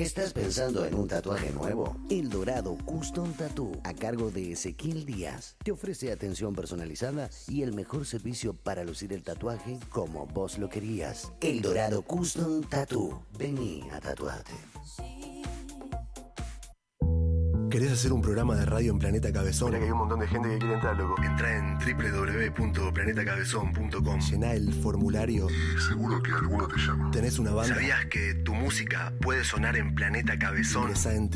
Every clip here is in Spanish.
¿Estás pensando en un tatuaje nuevo? El Dorado Custom Tattoo, a cargo de Ezequiel Díaz, te ofrece atención personalizada y el mejor servicio para lucir el tatuaje como vos lo querías. El Dorado Custom Tattoo. Vení a tatuarte. ¿Querés hacer un programa de radio en Planeta Cabezón? Mira que hay un montón de gente que quiere entrar, loco. Entrá en www.planetacabezón.com. Llená el formulario y seguro que alguno te llama. ¿Tenés una banda? ¿Sabías que tu música puede sonar en Planeta Cabezón? Ingresá en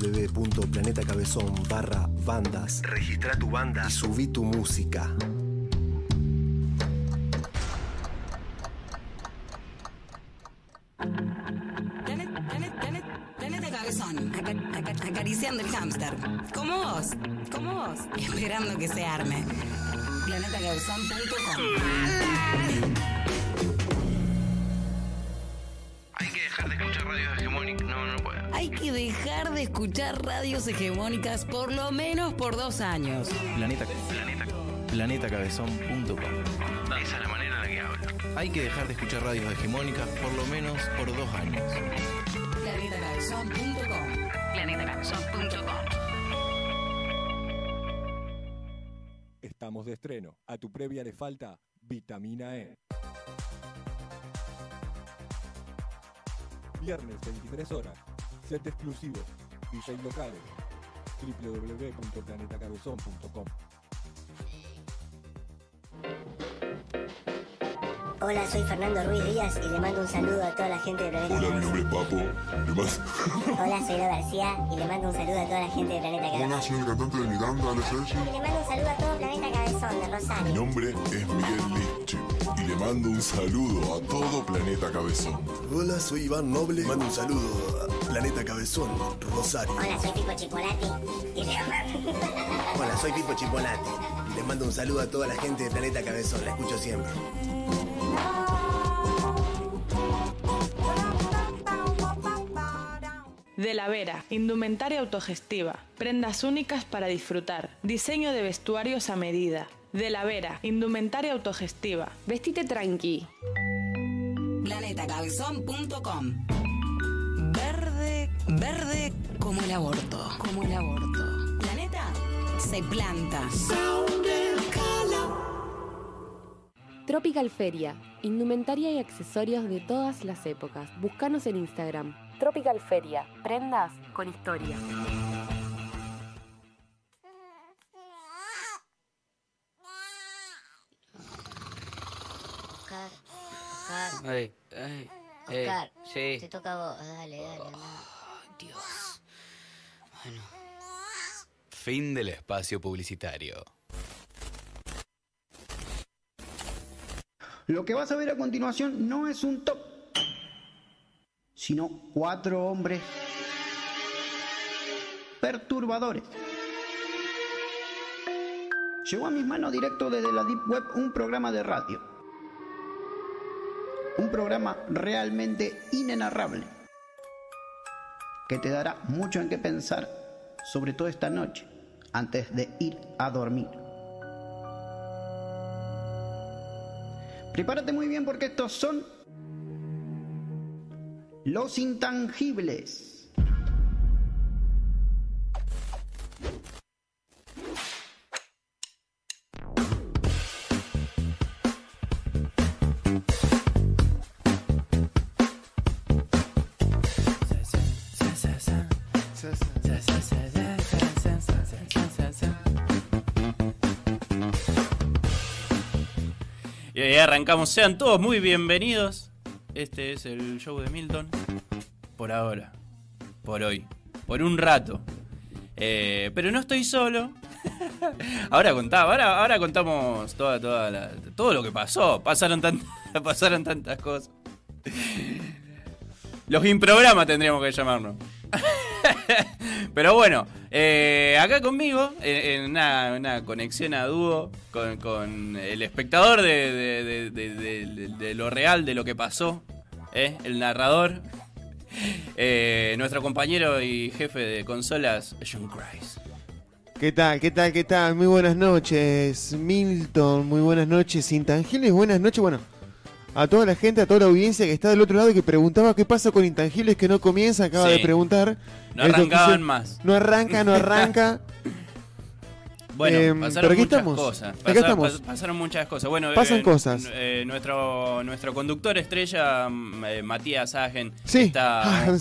www.planetacabezón.com/bandas. Registrá tu banda y subí tu música. Planeta Cabezón, acariciando el hámster. Como vos, esperando que se arme. planetacabezón.com. Hay que dejar de escuchar radios hegemónicas. No puedo. Hay que dejar de escuchar radios hegemónicas por lo menos por 2 años. planetacabezón.com. Esa es la manera en la que hablo. Hay que dejar de escuchar radios hegemónicas por lo menos por 2 años. planetacabezón.com. planetacabezón.com. Estamos de estreno. A tu previa le falta vitamina E. Viernes 23 horas. Set exclusivo. DJs locales. www.planetacabezón.com. Hola, soy Fernando Ruiz Díaz y le mando un saludo a toda la gente de Planeta Cabezón. Hola, mi nombre es Papo. Hola, soy Lo García y le mando un saludo a toda la gente de Planeta Cabezón. Hola, soy el cantante de Miranda, Ale Sergi. Y le mando un saludo a todo Planeta Cabezón de Rosario. Mi nombre es Miguel Liche y le mando un saludo a todo Planeta Cabezón. Hola, soy Iván Noble. Mando un saludo a Planeta Cabezón, Rosario. Hola, soy Pipo Chipolati y le Hola, soy Pipo Chipolati. Y les mando un saludo a toda la gente de Planeta Cabezón. La escucho siempre. De la Vera, indumentaria autogestiva, prendas únicas para disfrutar, diseño de vestuarios a medida. De la Vera, indumentaria autogestiva. Vestite tranqui. planetacabezón.com. Verde como el aborto. Planeta se planta. Tropical Feria, indumentaria y accesorios de todas las épocas. Búscanos en Instagram. Tropical Feria, prendas con historia. Oscar. Oscar, sí. Te toca a vos, dale. Oh, Dios. Bueno. Fin del espacio publicitario. Lo que vas a ver a continuación no es un top, sino 4 hombres perturbadores. Llegó a mis manos directo desde la Deep Web un programa de radio. Un programa realmente inenarrable, que te dará mucho en qué pensar, sobre todo esta noche, antes de ir a dormir. Prepárate muy bien porque estos son los intangibles. Y ahí arrancamos. Sean todos muy bienvenidos. Este es el show de Milton. Por ahora. Por hoy. Por un rato. Pero no estoy solo. Ahora contamos todo lo que pasó. Pasaron tantas cosas. Los improgramas tendríamos que llamarnos. Pero bueno, acá conmigo, en una conexión a dúo con el espectador de lo real, de lo que pasó, el narrador, nuestro compañero y jefe de consolas, John Christ. ¿Qué tal? Muy buenas noches, Milton, muy buenas noches, Intangibles, buenas noches. Bueno, a toda la gente, a toda la audiencia que está del otro lado y que preguntaba qué pasa con Intangibles que no comienza, acaba de preguntar. No arrancaban más. No arranca. Bueno, pasaron muchas cosas. Acá estamos. Pasaron muchas cosas. Bueno, pasan cosas. Nuestro conductor estrella, Matías Hagen, sí. está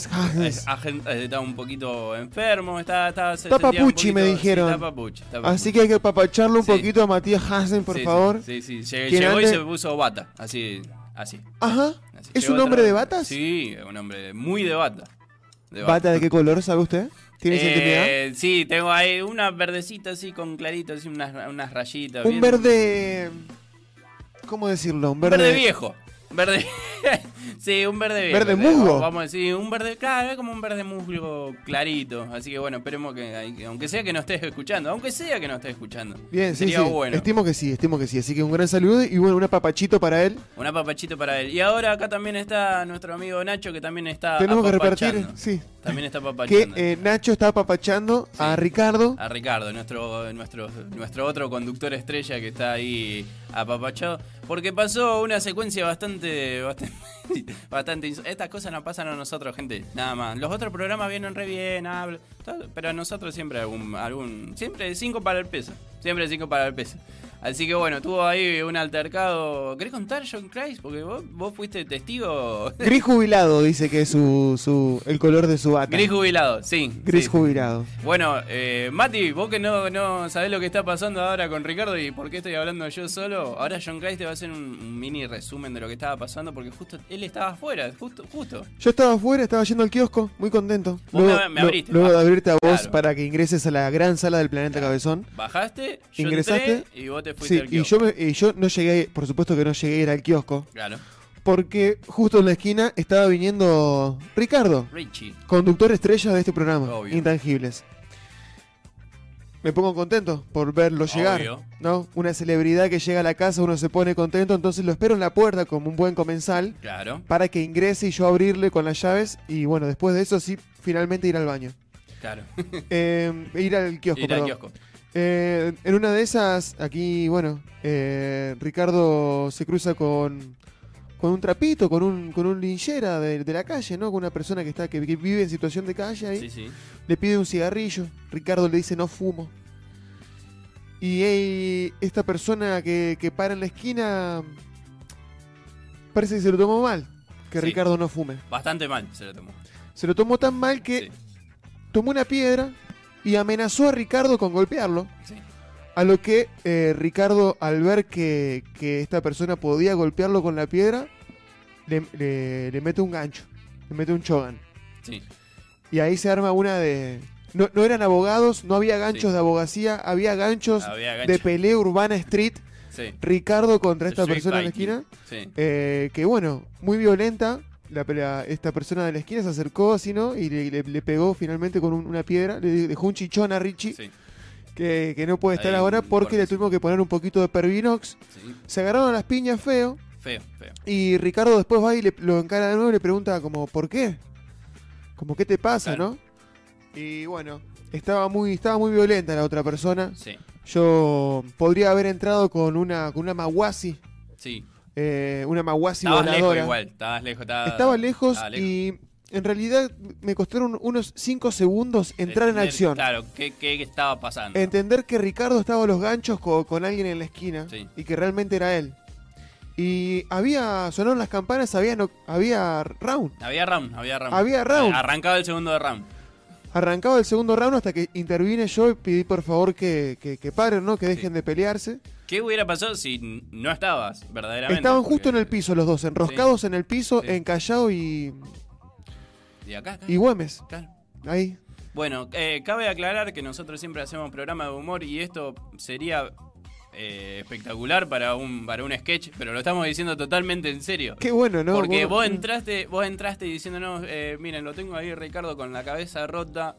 un poquito enfermo. Está papuchi, me dijeron. Sí, está papuchi. Así que hay que papacharlo un poquito a Matías Hagen, por favor. Sí. Llegó y se puso bata. Así. Ajá. Así, ¿es un hombre de batas? Sí, un hombre muy de bata. ¿Bata de qué color, sabe usted? ¿Tienes intimidad? Sí, tengo ahí una verdecita así con clarito, así unas rayitas. Un verde... ¿Cómo decirlo? Un verde viejo. Verde. Sí, un verde viejo. ¿Verde musgo? Vamos a decir, un verde, claro, es como un verde musgo clarito. Así que bueno, esperemos que, aunque sea que no estés escuchando. Bien, sería sí. Bueno. Estimo que sí. Así que un gran saludo y bueno, un apapachito para él. Y ahora acá también está nuestro amigo Nacho, que también está tenemos apapachando. Que repartir, sí. También está apapachando. Que Nacho está apapachando a Ricardo. A Ricardo, nuestro otro conductor estrella que está ahí apapachado. Porque pasó una secuencia bastante. Estas cosas nos pasan a nosotros, gente. Nada más. Los otros programas vienen re bien, pero a nosotros siempre siempre 5 para el peso. Así que bueno, tuvo ahí un altercado. ¿Querés contar, John Christ? Porque vos fuiste testigo. Gris jubilado, dice que es el color de su bata. Gris jubilado, sí. Gris jubilado. Bueno, Mati, vos que no sabés lo que está pasando ahora con Ricardo y por qué estoy hablando yo solo, ahora John Christ te va a hacer un mini resumen de lo que estaba pasando porque justo él estaba afuera, justo. Yo estaba afuera, estaba yendo al kiosco, muy contento. Vos me abriste. Luego de abrirte a vos para que ingreses a la gran sala del Planeta Cabezón. Bajaste, yo ingresaste entré y vos te fuiste al kiosco. Y yo no llegué, por supuesto que no llegué a ir al kiosco. Claro. Porque justo en la esquina estaba viniendo Ricardo, Richie, conductor estrella de este programa, obvio. Intangibles. Me pongo contento por verlo llegar, obvio. ¿no? Una celebridad que llega a la casa, uno se pone contento, entonces lo espero en la puerta como un buen comensal. Claro. Para que ingrese y yo abrirle con las llaves y bueno, después de eso sí, finalmente ir al baño. Claro. Ir al kiosco, en una de esas, aquí, bueno, Ricardo se cruza con un trapito, con un linchera de la calle, ¿no? Con una persona que vive en situación de calle ahí. Sí. Le pide un cigarrillo. Ricardo le dice, no fumo. Y esta persona que para en la esquina parece que se lo tomó mal, que Ricardo no fume. Bastante mal se lo tomó. Se lo tomó tan mal que tomó una piedra y amenazó a Ricardo con golpearlo. Sí. A lo que Ricardo, al ver que esta persona podía golpearlo con la piedra, le mete un gancho, le mete un chogan. Sí. Y ahí se arma una de... No eran abogados, no había ganchos de abogacía, había ganchos de pelea urbana street. Sí. Ricardo contra esta persona en la esquina. Sí. Que bueno, muy violenta. La pelea, esta persona de la esquina se acercó así, ¿no? Y le pegó finalmente con una piedra. Le dejó un chichón a Richie. Sí. Que no puede estar ahora porque le tuvimos que poner un poquito de Pervinox. Sí. Se agarraron a las piñas feo. Feo. Y Ricardo después va y lo encara de nuevo y le pregunta como, ¿por qué? Como, ¿qué te pasa, no? Y bueno, estaba muy violenta la otra persona. Sí. Yo podría haber entrado con una Mawasi. Sí. Una Mawasi voladora. Estabas lejos. Estaba lejos y en realidad me costaron unos 5 segundos entrar en acción. Claro, ¿qué estaba pasando? Entender que Ricardo estaba a los ganchos con alguien en la esquina y que realmente era él. Y sonaron las campanas, había round. Había round. Arrancaba el segundo round. Arrancaba el segundo round hasta que intervine yo y pedí por favor que paren, ¿no? Que dejen de pelearse. ¿Qué hubiera pasado si no estabas, verdaderamente? Estaban justo en el piso los dos, enroscados en el piso, en Callao y acá. Y Güemes. Claro. Ahí. Bueno, cabe aclarar que nosotros siempre hacemos programa de humor y esto sería espectacular para un sketch, pero lo estamos diciendo totalmente en serio. Qué bueno, ¿no? Porque vos entraste diciéndonos, miren, lo tengo ahí Ricardo con la cabeza rota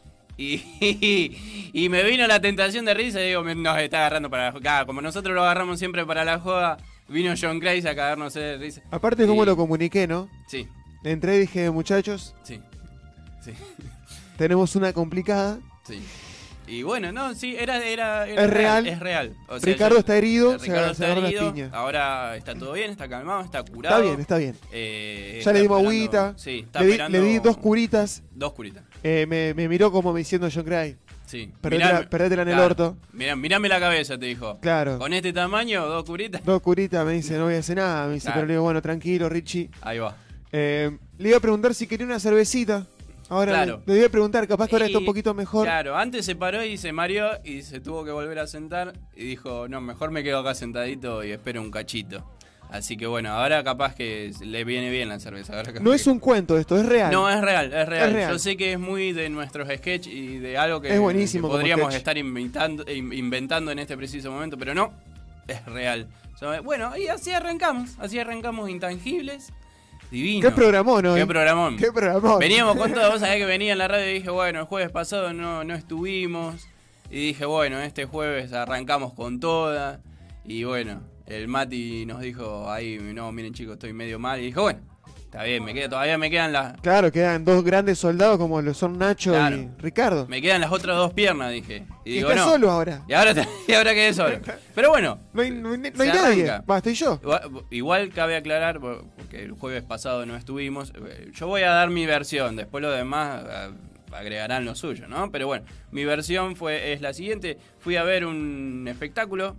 y me vino la tentación de risa y digo, nos está agarrando para la joda. Como nosotros lo agarramos siempre para la joda, vino John Christ a cagarnos de risa. Aparte, ¿cómo lo comuniqué, no? Sí. Entré y dije, muchachos, sí. tenemos una complicada. Sí. Y bueno, no, sí, era es real. Es real. O sea, Ricardo está herido, Ricardo se agarró las piñas. Ahora está todo bien, está calmado, está curado. Está bien. Ya le dimos agüita. Sí, le di 2 curitas. 2 curitas. Me miró como me diciendo John Cray. Sí. Perdétela en el orto. Mirame la cabeza, te dijo. Claro. Con este tamaño, 2 curitas. 2 curitas, me dice, no voy a hacer nada. Me dice, pero le digo, bueno, tranquilo, Richie. Ahí va. Le iba a preguntar si quería una cervecita. Ahora le voy a preguntar, capaz que ahora está un poquito mejor. Claro, antes se paró y se mareó y se tuvo que volver a sentar. Y dijo, no, mejor me quedo acá sentadito y espero un cachito. Así que bueno, ahora capaz que le viene bien la cerveza. No es un cuento esto, es real. No, es real. Yo sé que es muy de nuestros sketches y de algo que, es buenísimo, que podríamos estar inventando en este preciso momento, pero no, es real. Bueno, y así arrancamos Intangibles. Divino. ¿Qué programón hoy? ¿Qué programón? Veníamos con todo, vos sabés que venía en la radio y dije, bueno, el jueves pasado no estuvimos. Y dije, bueno, este jueves arrancamos con toda. Y bueno, el Mati nos dijo ahí, no, miren chicos, estoy medio mal. Y dije, bueno, está bien, todavía me quedan las... Claro, quedan 2 grandes soldados como lo son Nacho y Ricardo. Me quedan las otras 2 piernas, dije. Y digo, estás solo ahora. Y ahora quedé solo. Pero bueno. No hay nadie. Estoy yo. Igual cabe aclarar, porque el jueves pasado no estuvimos. Yo voy a dar mi versión, después lo demás agregarán lo suyo, ¿no? Pero bueno, mi versión es la siguiente. Fui a ver un espectáculo,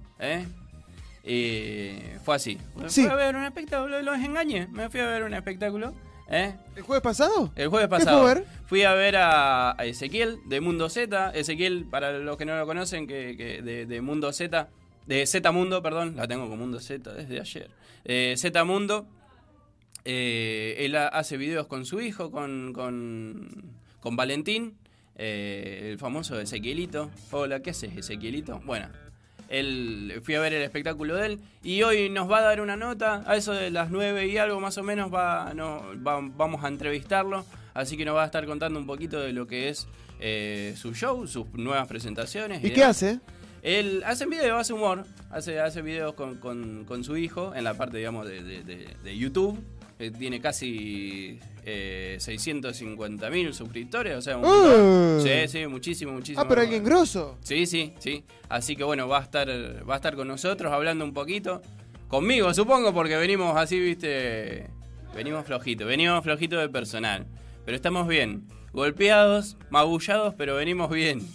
fue así. Fui a ver un espectáculo, los engañé. Me fui a ver un espectáculo. ¿El jueves pasado? El jueves pasado. ¿Qué fue a ver? Fui a ver a Ezequiel de Mundo Z. Ezequiel, para los que no lo conocen, que de Mundo Z, de Z Mundo, perdón, la tengo con Mundo Z desde ayer. Z Mundo, él hace videos con su hijo, con Valentín, el famoso Ezequielito. Hola, ¿qué haces, Ezequielito? Bueno. Fui a ver el espectáculo de él y hoy nos va a dar una nota a eso de las 9 y algo más o menos vamos a entrevistarlo, así que nos va a estar contando un poquito de lo que es su show, sus nuevas presentaciones. ¿Y qué hace? Él hace videos, hace humor, hace videos con su hijo en la parte, digamos, de YouTube. Tiene casi 650.000 suscriptores, o sea, sí, muchísimo. Pero alguien grosso. Sí. Así que bueno, va a estar con nosotros hablando un poquito. Conmigo, supongo, porque venimos así, viste, venimos flojito de personal. Pero estamos bien, golpeados, magullados, pero venimos bien.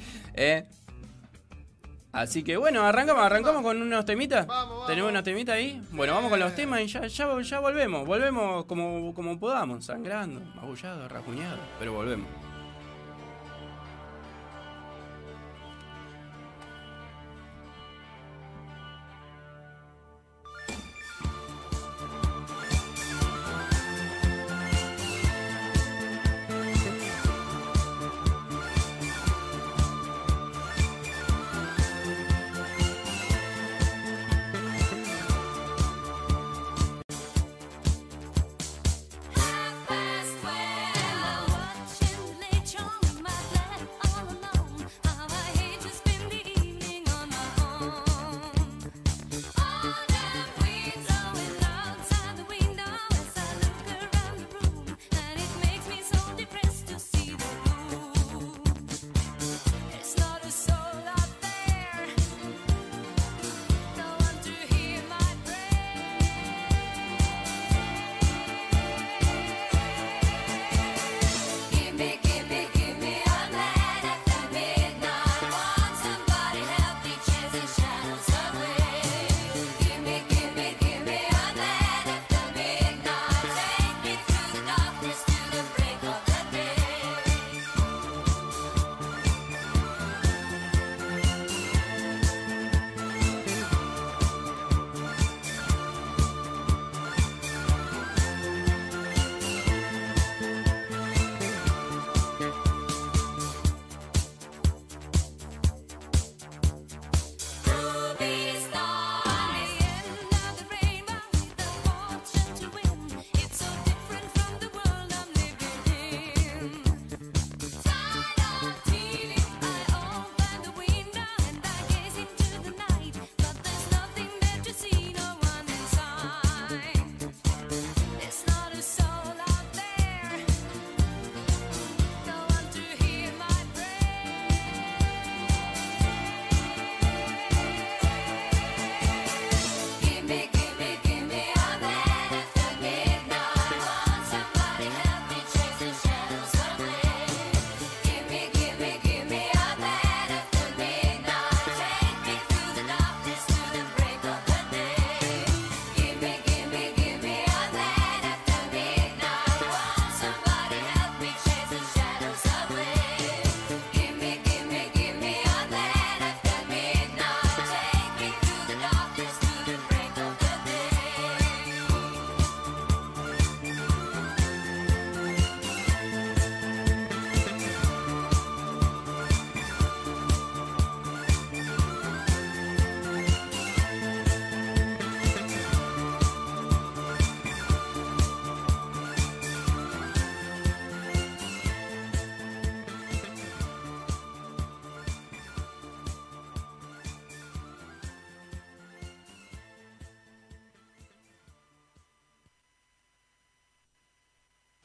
Así que bueno, arrancamos con unos temitas. Vamos. ¿Tenemos unos temitas ahí? Bueno, vamos con los temas y ya volvemos. Volvemos como podamos, sangrando, magullados, rajuñados, pero volvemos.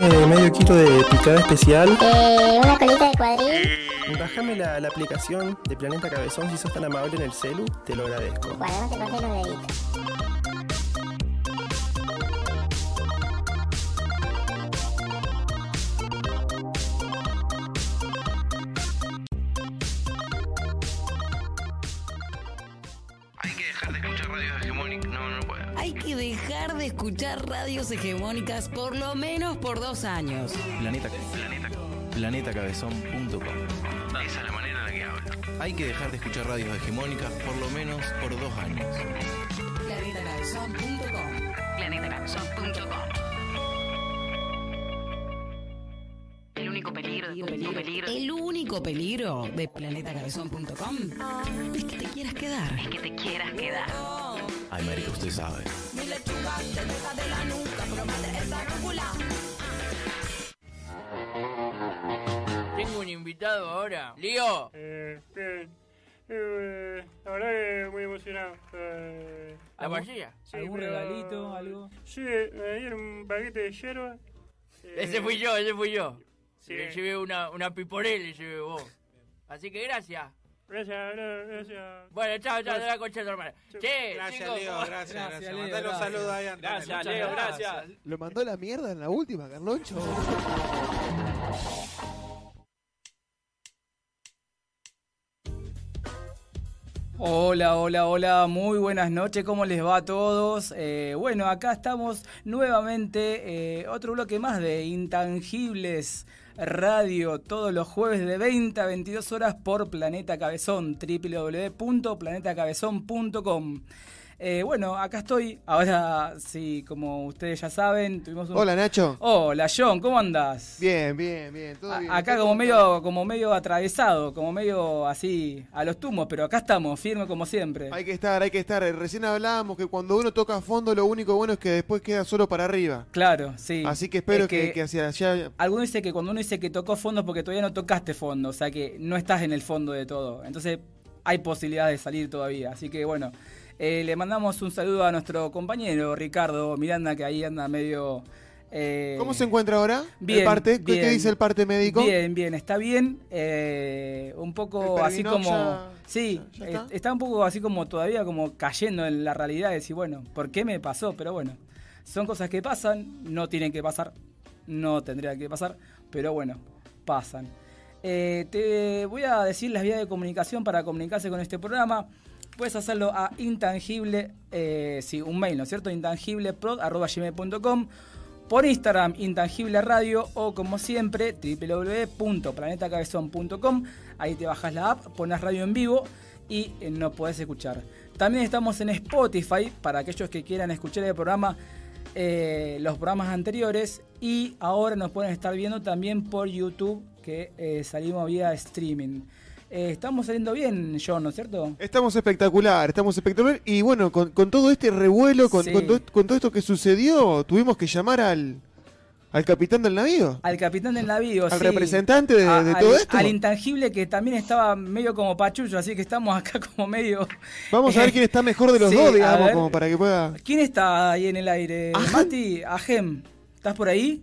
Medio kilo de picada especial. Una colita de cuadril. Bájame la aplicación de Planeta Cabezón si sos tan amable en el celu, te lo agradezco. Guardamos te corté los deditos. Hay que dejar de escuchar radios hegemónicas por lo menos por 2 años. Planetacabezón.com. Esa es la manera en la que hablo. Hay que dejar de escuchar radios hegemónicas por lo menos por 2 años. Planetacabezón.com. Planetacabezón.com. El único peligro El único peligro de planetacabezón.com es que te quieras quedar. Ay, marica, usted sabe. Mi lechuga te deja de la nuca, pero madre esa cúpula. Tengo un invitado ahora. ¡Lío! Bien. La verdad que muy emocionado. ¿La pasilla? Sí, ¿Algún regalito, algo? Sí, me dieron un paquete de yerba. Ese fui yo. Sí. Le llevé una piporel, le llevé vos. Así que gracias. Gracias. Bueno, chao, de la concha de tu hermana. Che, gracias, chicos, Leo, gracias. Leo, Mandale un saludo ahí a Antonio. Gracias, Leo, gracias. Lo mandó a la mierda en la última, Carloncho. Hola, muy buenas noches, ¿cómo les va a todos? Bueno, acá estamos nuevamente, otro bloque más de Intangibles Radio, todos los jueves de 20 a 22 horas por Planeta Cabezón, www.planetacabezón.com. Bueno, acá estoy, ahora sí, como ustedes ya saben, tuvimos un... Hola, Nacho. Hola, John, ¿cómo andás? Bien, todo bien. Acá como medio atravesado, como medio así a los tumos, pero acá estamos, firme como siempre. Hay que estar. Recién hablábamos que cuando uno toca a fondo lo único bueno es que después queda solo para arriba. Claro, sí. Así que espero que hacia allá... Alguno dice que cuando uno dice que tocó fondo es porque todavía no tocaste fondo, o sea que no estás en el fondo de todo. Entonces hay posibilidades de salir todavía, así que bueno... le mandamos un saludo a nuestro compañero Ricardo Miranda, que ahí anda medio... ¿Cómo se encuentra ahora? Bien, ¿El parte? bien. ¿Qué dice el parte médico? Bien, está bien. Un poco así como... Ya está un poco así como todavía como cayendo en la realidad de decir, bueno, ¿por qué me pasó? Pero bueno, son cosas que pasan, no tienen que pasar, no tendrían que pasar, pero bueno, pasan. Te voy a decir las vías de comunicación para comunicarse con este programa. Puedes hacerlo a intangible, un mail, ¿no es cierto? intangibleprod@gmail.com, por Instagram, Intangible Radio, o como siempre, www.planetacabezón.com. Ahí te bajas la app, pones radio en vivo y nos podés escuchar. También estamos en Spotify para aquellos que quieran escuchar el programa, los programas anteriores, y ahora nos pueden estar viendo también por YouTube, que salimos vía streaming. Estamos saliendo bien, John, ¿no es cierto? Estamos espectacular. Y bueno, con todo este revuelo, con todo esto que sucedió, tuvimos que llamar al capitán del navío. Al capitán del navío, al representante de todo esto. Al intangible, que también estaba medio como pachucho, así que estamos acá como medio... Vamos a ver quién está mejor de los dos, digamos, como para que pueda... ¿Quién está ahí en el aire? Mati, Ajem, ¿estás por ahí?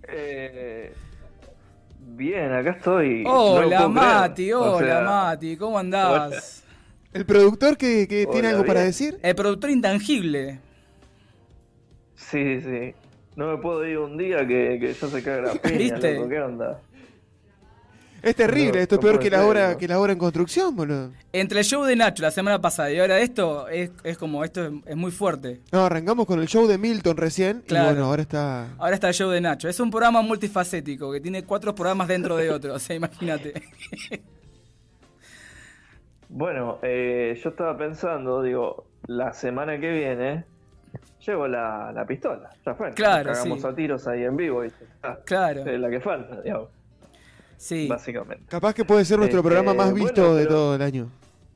Bien, acá estoy. Hola, Mati, Mati, ¿cómo andás? Hola. ¿El productor que tiene algo para decir? El productor intangible. Sí. No me puedo ir un día que ya se caga la piña, ¿viste? Loco, ¿qué onda? Es terrible, esto es peor que la hora en construcción, boludo. Entre el show de Nacho la semana pasada y ahora esto, es como, esto es muy fuerte. No, arrancamos con el show de Milton recién, claro. Y bueno, ahora está... Ahora está el show de Nacho. Es un programa multifacético, que tiene 4 programas dentro de otro, o sea, imagínate. Bueno, yo estaba pensando, digo, la semana que viene llevo la pistola, ya fue. Claro, cagamos a tiros ahí en vivo, ¿viste? Claro. Es la que falta, digamos. Sí. Básicamente. Capaz que puede ser nuestro programa más visto de todo el año.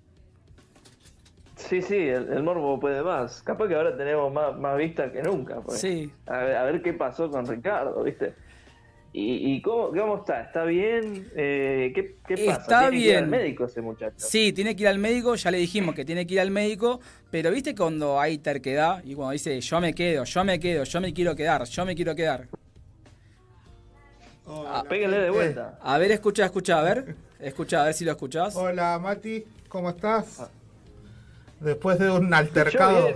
Sí, el morbo puede más. Capaz que ahora tenemos más vistas que nunca. Pues. Sí. A ver qué pasó con Ricardo, ¿viste? ¿Y cómo está? ¿Está bien? ¿Qué pasa? Está ¿Tiene que ir al médico ese muchacho? Sí, tiene que ir al médico, ya le dijimos que tiene que ir al médico, pero ¿viste cuando hay terquedad? Y cuando dice, yo me quiero quedar. Péguenle de vuelta. A ver, escucha, a ver. Escucha, a ver si lo escuchás. Hola, Mati, ¿cómo estás? Después de un altercado.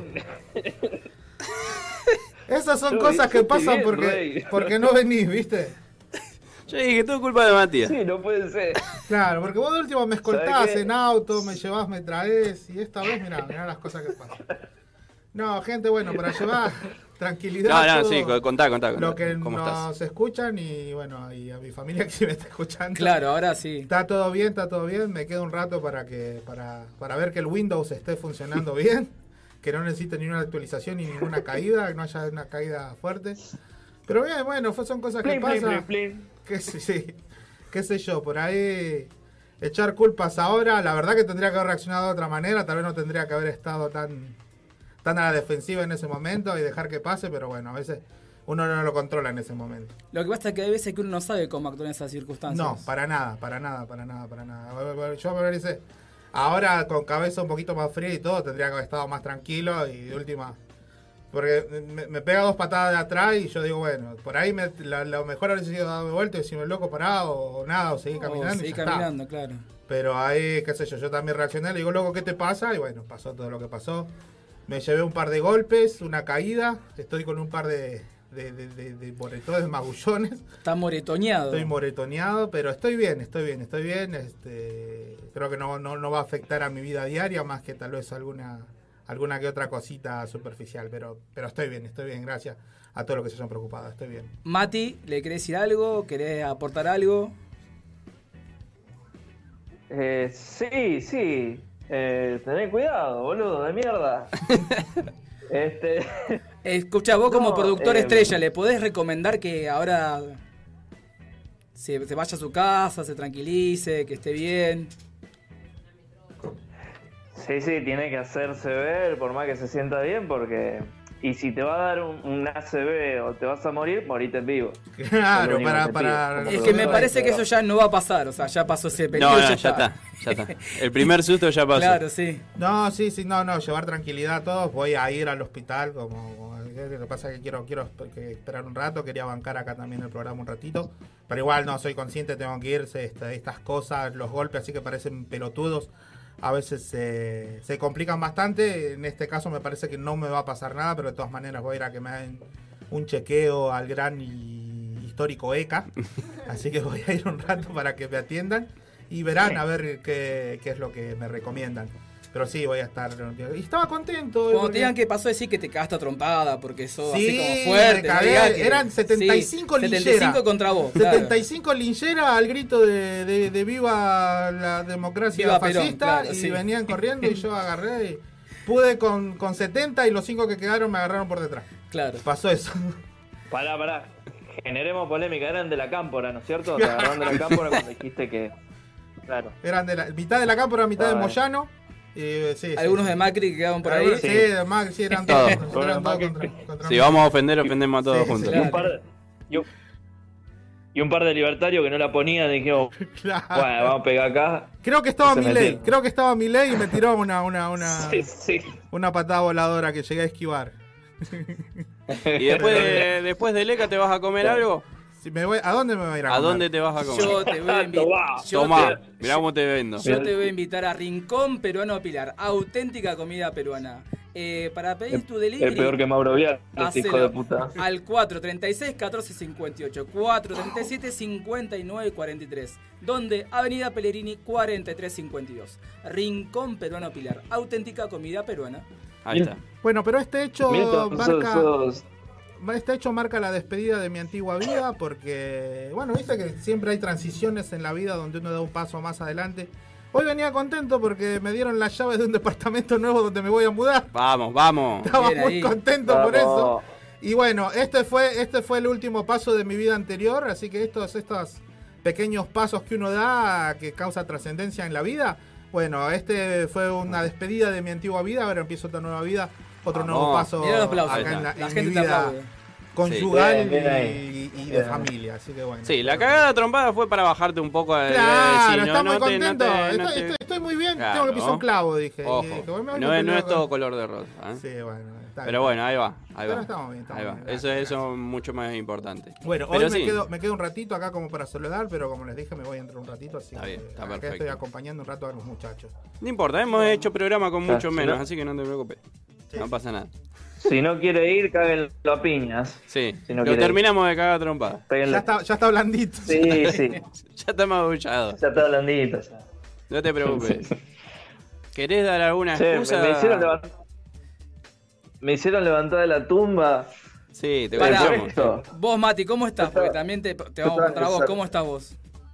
Esas son cosas que pasan porque no venís, ¿viste? Yo dije, todo culpa de Matías. Sí, no puede ser. Claro, porque vos de último me escoltás en auto, me llevás, me traes, y esta vez, mirá las cosas que pasan. No, gente, bueno, para llevar tranquilidad. Sí, contá. Lo que ¿Cómo nos estás? escuchan y bueno, y a mi familia que sí me está escuchando. Claro, ahora sí. Está todo bien. Me quedo un rato para ver que el Windows esté funcionando bien, que no necesite ni una actualización ni ninguna caída, que no haya una caída fuerte. Pero bien, bueno, son cosas que pasan. Qué sé yo, por ahí echar culpas ahora, la verdad que tendría que haber reaccionado de otra manera, tal vez no tendría que haber estado tan a la defensiva en ese momento y dejar que pase, pero bueno, a veces uno no lo controla en ese momento. Lo que pasa es que hay veces que uno no sabe cómo actuar en esas circunstancias. No, para nada. Yo me parece, ahora con cabeza un poquito más fría y todo, tendría que haber estado más tranquilo y de última... Porque me pega 2 patadas de atrás y yo digo, bueno, por ahí lo mejor habría sido darme vuelta y decirme loco parado o nada, o seguir caminando. Seguir caminando, claro. Pero ahí, qué sé yo también reaccioné, le digo, loco, ¿qué te pasa? Y bueno, pasó todo lo que pasó. Me llevé un par de golpes, una caída, estoy con un par de moretones, magullones. Está moretoneado. Estoy moretoneado, pero estoy bien. Creo que no va a afectar a mi vida diaria, más que tal vez alguna que otra cosita superficial, pero estoy bien, gracias a todos los que se hayan preocupado, estoy bien. Mati, ¿le querés decir algo? ¿Querés aportar algo? Sí. Tené cuidado, boludo, de mierda. Escucha, vos como productor estrella, ¿le podés recomendar que ahora se vaya a su casa, se tranquilice, que esté bien? Sí, tiene que hacerse ver, por más que se sienta bien, porque... Y si te va a dar un ACV o te vas a morir, morite en vivo. Claro, para... Es que me parece que eso ya no va a pasar, o sea, ya pasó ese periodo. No, ya está. El primer susto ya pasó. Claro, sí. No, llevar tranquilidad a todos. Voy a ir al hospital, lo que pasa es que quiero esperar un rato, quería bancar acá también el programa un ratito, pero igual no soy consciente, tengo que irse, estas cosas, los golpes así que parecen pelotudos. A veces se complican bastante. En este caso me parece que no me va a pasar nada, pero de todas maneras voy a ir a que me hagan un chequeo al gran y histórico ECA. Así que voy a ir un rato para que me atiendan y verán a ver qué es lo que me recomiendan. Pero sí, voy a estar... Y estaba contento. Cuando te digan qué pasó, decir que te cagaste a trompada, porque sos así como fuerte. Eran 75 lincheras. 75 contra vos. 75 lincheras al grito de viva la democracia viva fascista. Perón, y venían corriendo y yo agarré y pude con 70 y los 5 que quedaron me agarraron por detrás. Claro. Pasó eso. Pará. Generemos polémica. Eran de la Cámpora, ¿no es cierto? Te agarraron de la Cámpora cuando dijiste que... Claro. Eran de la mitad de la Cámpora, mitad de Moyano. Algunos de Macri que quedaban por ahí. Sí, de Macri, sí, eran todos. Contra si vamos a ofendemos a todos juntos. Claro. Y un par de libertarios que no la ponían y dijimos, bueno, vamos a pegar acá. Creo que estaba Milei y me tiró una patada voladora que llegué a esquivar. ¿Y después de Leca te vas a comer algo? Si me voy, ¿a dónde me voy a ir a comer? ¿A dónde te vas a comer? Yo te voy a invitar. Tomá, mirá cómo te vendo. Yo te voy a invitar a Rincón Peruano Pilar, auténtica comida peruana. Para pedir tu delivery. Es peor que Mauro Vial, hijo de puta. Al 436-1458, 437-5943. Donde Avenida Pellegrini 4352. Rincón Peruano Pilar, auténtica comida peruana. Ahí está. Bueno, pero este hecho marca la despedida de mi antigua vida porque, bueno, viste que siempre hay transiciones en la vida donde uno da un paso más adelante. Hoy venía contento porque me dieron las llaves de un departamento nuevo donde me voy a mudar. Vamos. Estaba muy contento por eso. Y bueno, este fue el último paso de mi vida anterior, así que estos pequeños pasos que uno da que causa trascendencia en la vida, bueno, este fue una despedida de mi antigua vida, ahora empiezo otra nueva vida, otro nuevo paso acá en mi vida conyugal y de familia, así que bueno. Sí, la cagada trompada fue para bajarte un poco. Claro, está muy contento. Estoy muy bien, tengo que pisar un clavo, dije. Ojo, no es todo color de rosa. Sí, bueno. Pero bueno, ahí va. Pero estamos bien, ahí va. bien, eso es mucho más importante. Bueno, pero hoy me quedo un ratito acá como para saludar, pero como les dije, me voy a entrar un ratito, así está bien, está acá perfecto. estoy acompañando un rato a los muchachos. No importa, hemos hecho programa con mucho menos, no. así que no te preocupes. Sí. No pasa nada. Si no quiere ir, cáguenlo a piñas. Sí, si no lo terminamos de cagar a trompada. Ya está blandito. Sí, sí. Ya está magullado. Ya está blandito. Ya. No te preocupes. ¿Querés dar alguna excusa? Me hicieron levantar de la tumba. Sí, te escuchamos. Vos, Mati, ¿cómo estás? Porque también te vamos a preguntar a vos. ¿Cómo estás vos?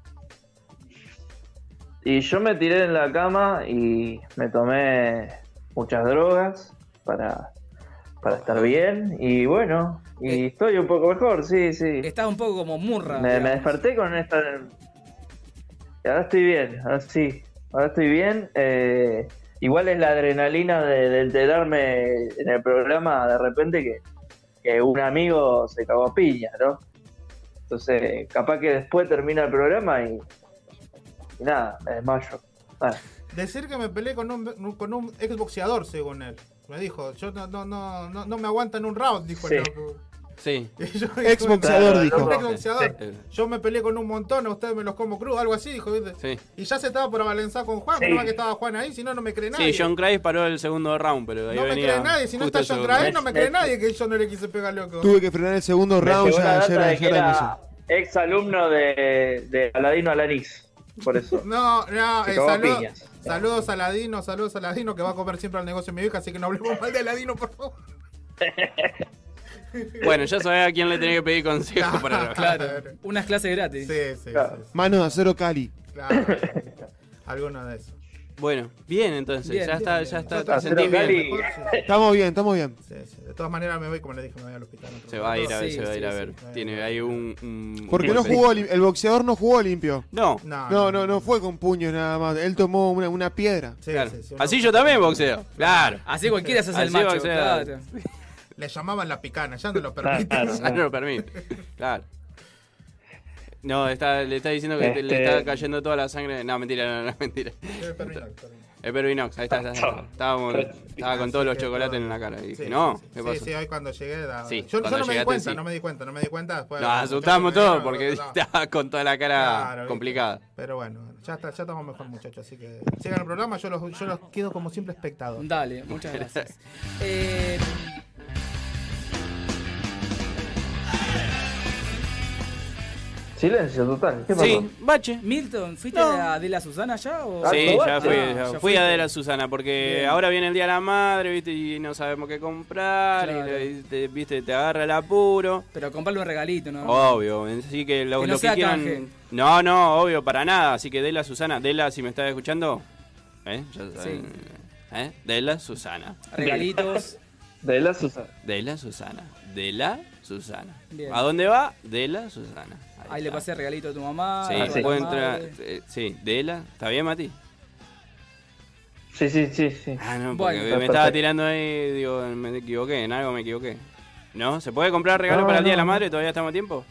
Y yo me tiré en la cama y me tomé muchas drogas para estar bien. Y bueno, y estoy un poco mejor, sí. Estás un poco como Murra. Me desperté con esta... Y ahora estoy bien, ahora estoy bien. Igual es la adrenalina de enterarme en el programa de repente que un amigo se cagó a piña, ¿no? Entonces, capaz que después termina el programa y nada, me desmayo. Decir que me peleé con un exboxeador, según él. Me dijo, yo no me aguanta en un round, dijo sí. el loco. Sí. Exboxeador, dijo. Exboxeador. Sí. Yo me peleé con un montón, a ustedes me los como cruz, algo así, dijo, ¿viste? Sí. Y ya se estaba por abalanzar con Juan, pero más que estaba Juan ahí, si no me cree nadie. Sí, John Craig paró el segundo round, pero ahí no me cree nadie, si no está John Craig, no me cree nadie que yo no le quise pegar, loco. Tuve que frenar el segundo round, ya era ex alumno de Aladino Alanís, por eso. No, saludos a Aladino, que va a comer siempre al negocio de mi vieja, así que no hablemos mal de Aladino, por favor. Bueno, ya sabés a quién le tenés que pedir consejo para... Claro, unas clases gratis. Sí. Manos de acero Cali. Claro, alguno de esos. Bueno, bien entonces, bien, ya está, te sentís bien. Estamos bien. Sí. De todas maneras me voy, como le dije, me voy al hospital. Se va a ir a ver, Tiene ahí un porque no jugó, el boxeador no jugó limpio. No fue con puños nada más. Él tomó una piedra. Sí, claro. sí, así yo también boxeo. Claro. Así cualquiera se hace el macho. Claro. Le llamaban la picana, ya no lo permite. Ya no lo permite. Claro. No, le está diciendo que le está cayendo toda la sangre. No, mentira, no, mentira. El Pervinox, ahí está. Estaba con todos los chocolates en la cara. Y dije, ¿qué pasó? Sí, hoy cuando llegué. Yo no me di cuenta. Después, nos asustamos todos porque estaba con toda la cara complicada. Pero bueno, ya estamos mejor, muchachos. Así que sigan el programa, yo los quedo como simple espectador. Dale, muchas gracias. Silencio total. ¿Qué pasó? Sí, bache. Milton, ¿fuiste a De la Susana ya? ¿O? Sí, ya fui a De la Susana porque ahora viene el Día de la Madre, ¿viste? Y no sabemos qué comprar, claro. Y te agarra el apuro. Pero comprarle un regalito, ¿no? Obvio, así que lo que quieran. Canje. No, obvio, para nada. Así que De la Susana, si me estás escuchando, ya saben. Sí. De la Susana. Regalitos. De la Susana. De la Susana. Bien. ¿A dónde va? De la Susana. Ahí le pasé regalito a tu mamá. Sí, puede entrar. Sí, ¿está bien, Mati? Sí. Ah, no, porque me estaba tirando ahí, digo, me equivoqué, en algo me equivoqué. ¿No? ¿Se puede comprar regalo para el Día de la Madre? ¿Todavía estamos a tiempo?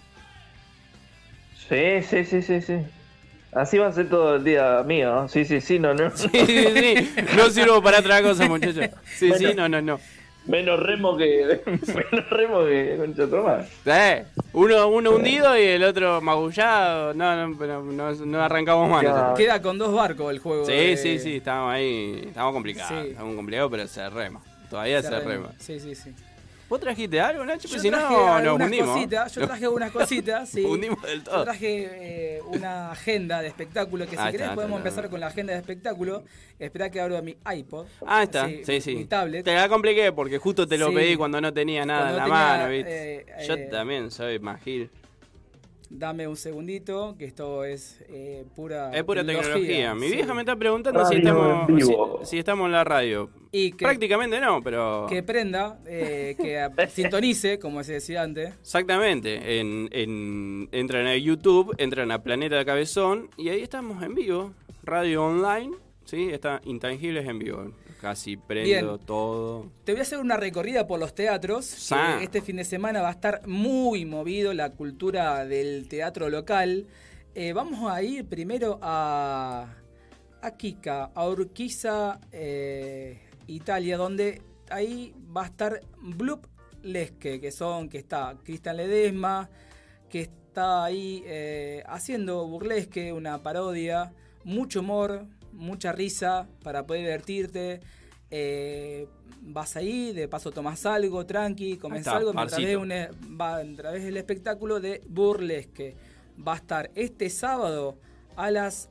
Sí. Así va a ser todo el día mío, ¿no? Sí, no. Sí. No sirvo para otra cosa, muchachos. Sí, no. Menos remo que concha toma. Uno hundido y el otro magullado. No arrancamos más. Queda con 2 barcos el juego. Sí, estamos ahí. Estamos complicados. Estamos complicados, pero se rema. Todavía se rema. Sí. ¿Vos trajiste algo, Nacho? Yo traje nos hundimos. Yo traje unas cositas, sí. Hundimos del todo. Yo traje una agenda de espectáculo, que si querés podemos empezar con la agenda de espectáculo. Esperá que abro mi iPod. Ah, está, sí. Mi tablet. Te la compliqué porque justo te lo pedí cuando no tenía nada en la mano, ¿viste? Yo también soy más gil. Dame un segundito, que esto es pura tecnología. Mi vieja me está preguntando si estamos en la radio. Y prácticamente no, pero... Que prenda, que sintonice, como se decía antes. Exactamente. Entran a YouTube, entran a Planeta de Cabezón y ahí estamos en vivo. Radio online, ¿sí? Está Intangibles en vivo. Casi prendo todo. Te voy a hacer una recorrida por los teatros. Este fin de semana va a estar muy movido la cultura del teatro local. Vamos a ir primero a Kika, a Urquiza, Italia, donde ahí va a estar Burlesque, que está Cristian Ledesma, que está ahí haciendo burlesque, una parodia, mucho humor, mucha risa para poder divertirte. Vas ahí, de paso tomás algo, tranqui, comes algo, mientras ves el espectáculo de burlesque. Va a estar este sábado a las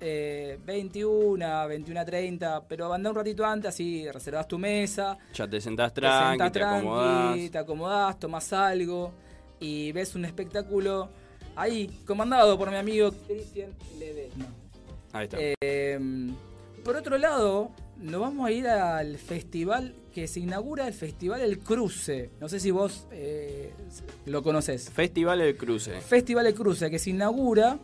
21:30, pero anda un ratito antes, así reservas tu mesa. Ya te sentás tranqui, te acomodás, tomás algo y ves un espectáculo ahí, comandado por mi amigo Cristian Ledesma. Ahí está. Por otro lado, nos vamos a ir al festival que se inaugura, el Festival El Cruce. No sé si vos lo conocés. Festival El Cruce. Festival El Cruce, que se inaugura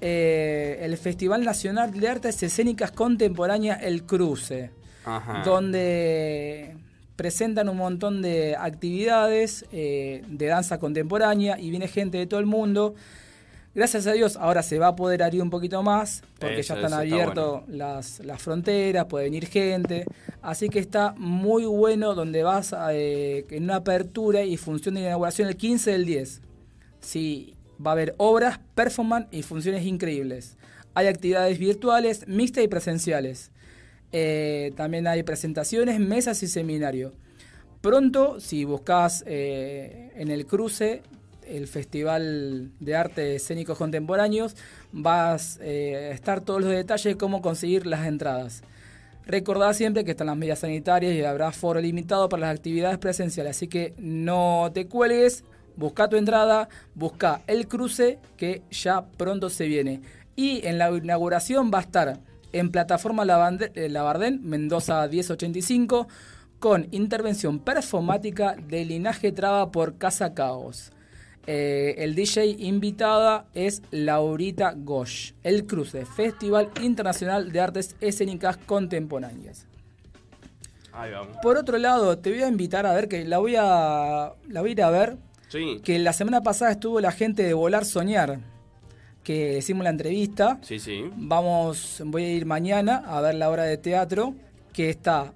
el Festival Nacional de Artes Escénicas Contemporáneas El Cruce. Ajá. Donde presentan un montón de actividades de danza contemporánea y viene gente de todo el mundo. Gracias a Dios ahora se va a poder abrir un poquito más porque ya están abiertas las fronteras, puede venir gente. Así que está muy bueno, donde vas en una apertura y función de inauguración el 15 del 10. Sí, va a haber obras, performance y funciones increíbles. Hay actividades virtuales, mixtas y presenciales. También hay presentaciones, mesas y seminarios. Pronto, si buscas en el Cruce, el Festival de Arte Escénicos Contemporáneos, vas a estar todos los detalles de cómo conseguir las entradas. Recordá siempre que están las medidas sanitarias y habrá foro limitado para las actividades presenciales, así que no te cuelgues, busca tu entrada, busca el Cruce, que ya pronto se viene. Y en la inauguración va a estar en plataforma Labardén, Mendoza 1085, con intervención performática de Linaje Traba por Casa Caos. El DJ invitada es Laurita Gosh. El Cruce, Festival Internacional de Artes Escénicas Contemporáneas. Ahí vamos. Por otro lado, te voy a invitar a ver, que la voy a ir a ver. Sí. Que la semana pasada estuvo la gente de Volar Soñar, que hicimos la entrevista. Sí, sí. Voy a ir mañana a ver la obra de teatro que está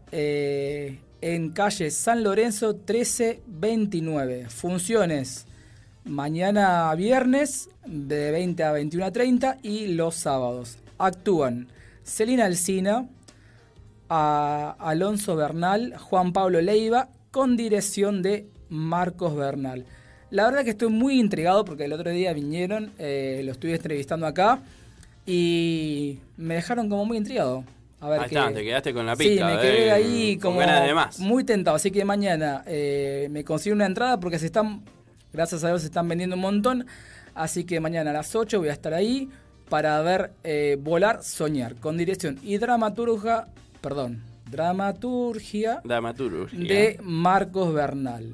en calle San Lorenzo 1329. Funciones mañana viernes de 20 a 21:30 y los sábados. Actúan Celina Alsina, Alonso Bernal, Juan Pablo Leiva, con dirección de Marcos Bernal. La verdad que estoy muy intrigado porque el otro día vinieron, lo estuve entrevistando acá y me dejaron como muy intrigado. A ver, te quedaste con la pista. Sí, me quedé ahí como con ganas de más. Muy tentado, así que mañana me consigo una entrada porque gracias a Dios se están vendiendo un montón, así que mañana a las 8 voy a estar ahí para ver Volar Soñar, con dirección y dramaturgia de Marcos Bernal.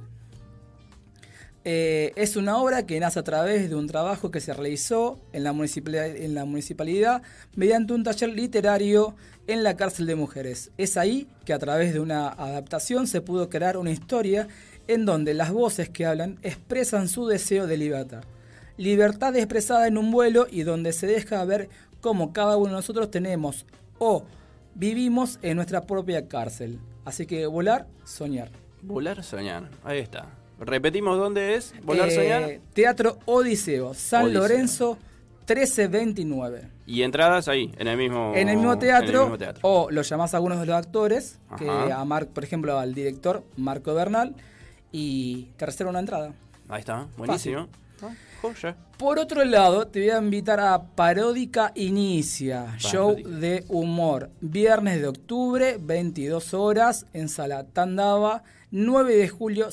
Es una obra que nace a través de un trabajo que se realizó en la municipalidad mediante un taller literario en la cárcel de mujeres. Es ahí que a través de una adaptación se pudo crear una historia en donde las voces que hablan expresan su deseo de libertad. Libertad expresada en un vuelo y donde se deja ver cómo cada uno de nosotros tenemos o vivimos en nuestra propia cárcel. Así que Volar, Soñar. Volar, Soñar, ahí está. Repetimos dónde es, Volar, Soñar. Teatro Odiseo, San Lorenzo 1329. Y entradas ahí, en el mismo teatro. O lo llamás a algunos de los actores, por ejemplo al director Marco Bernal, y te reserva una entrada. Ahí está, buenísimo. Por otro lado, te voy a invitar a Paródica Inicia, show de humor. Viernes de octubre, 22 horas, en Sala Tandava, 9 de julio,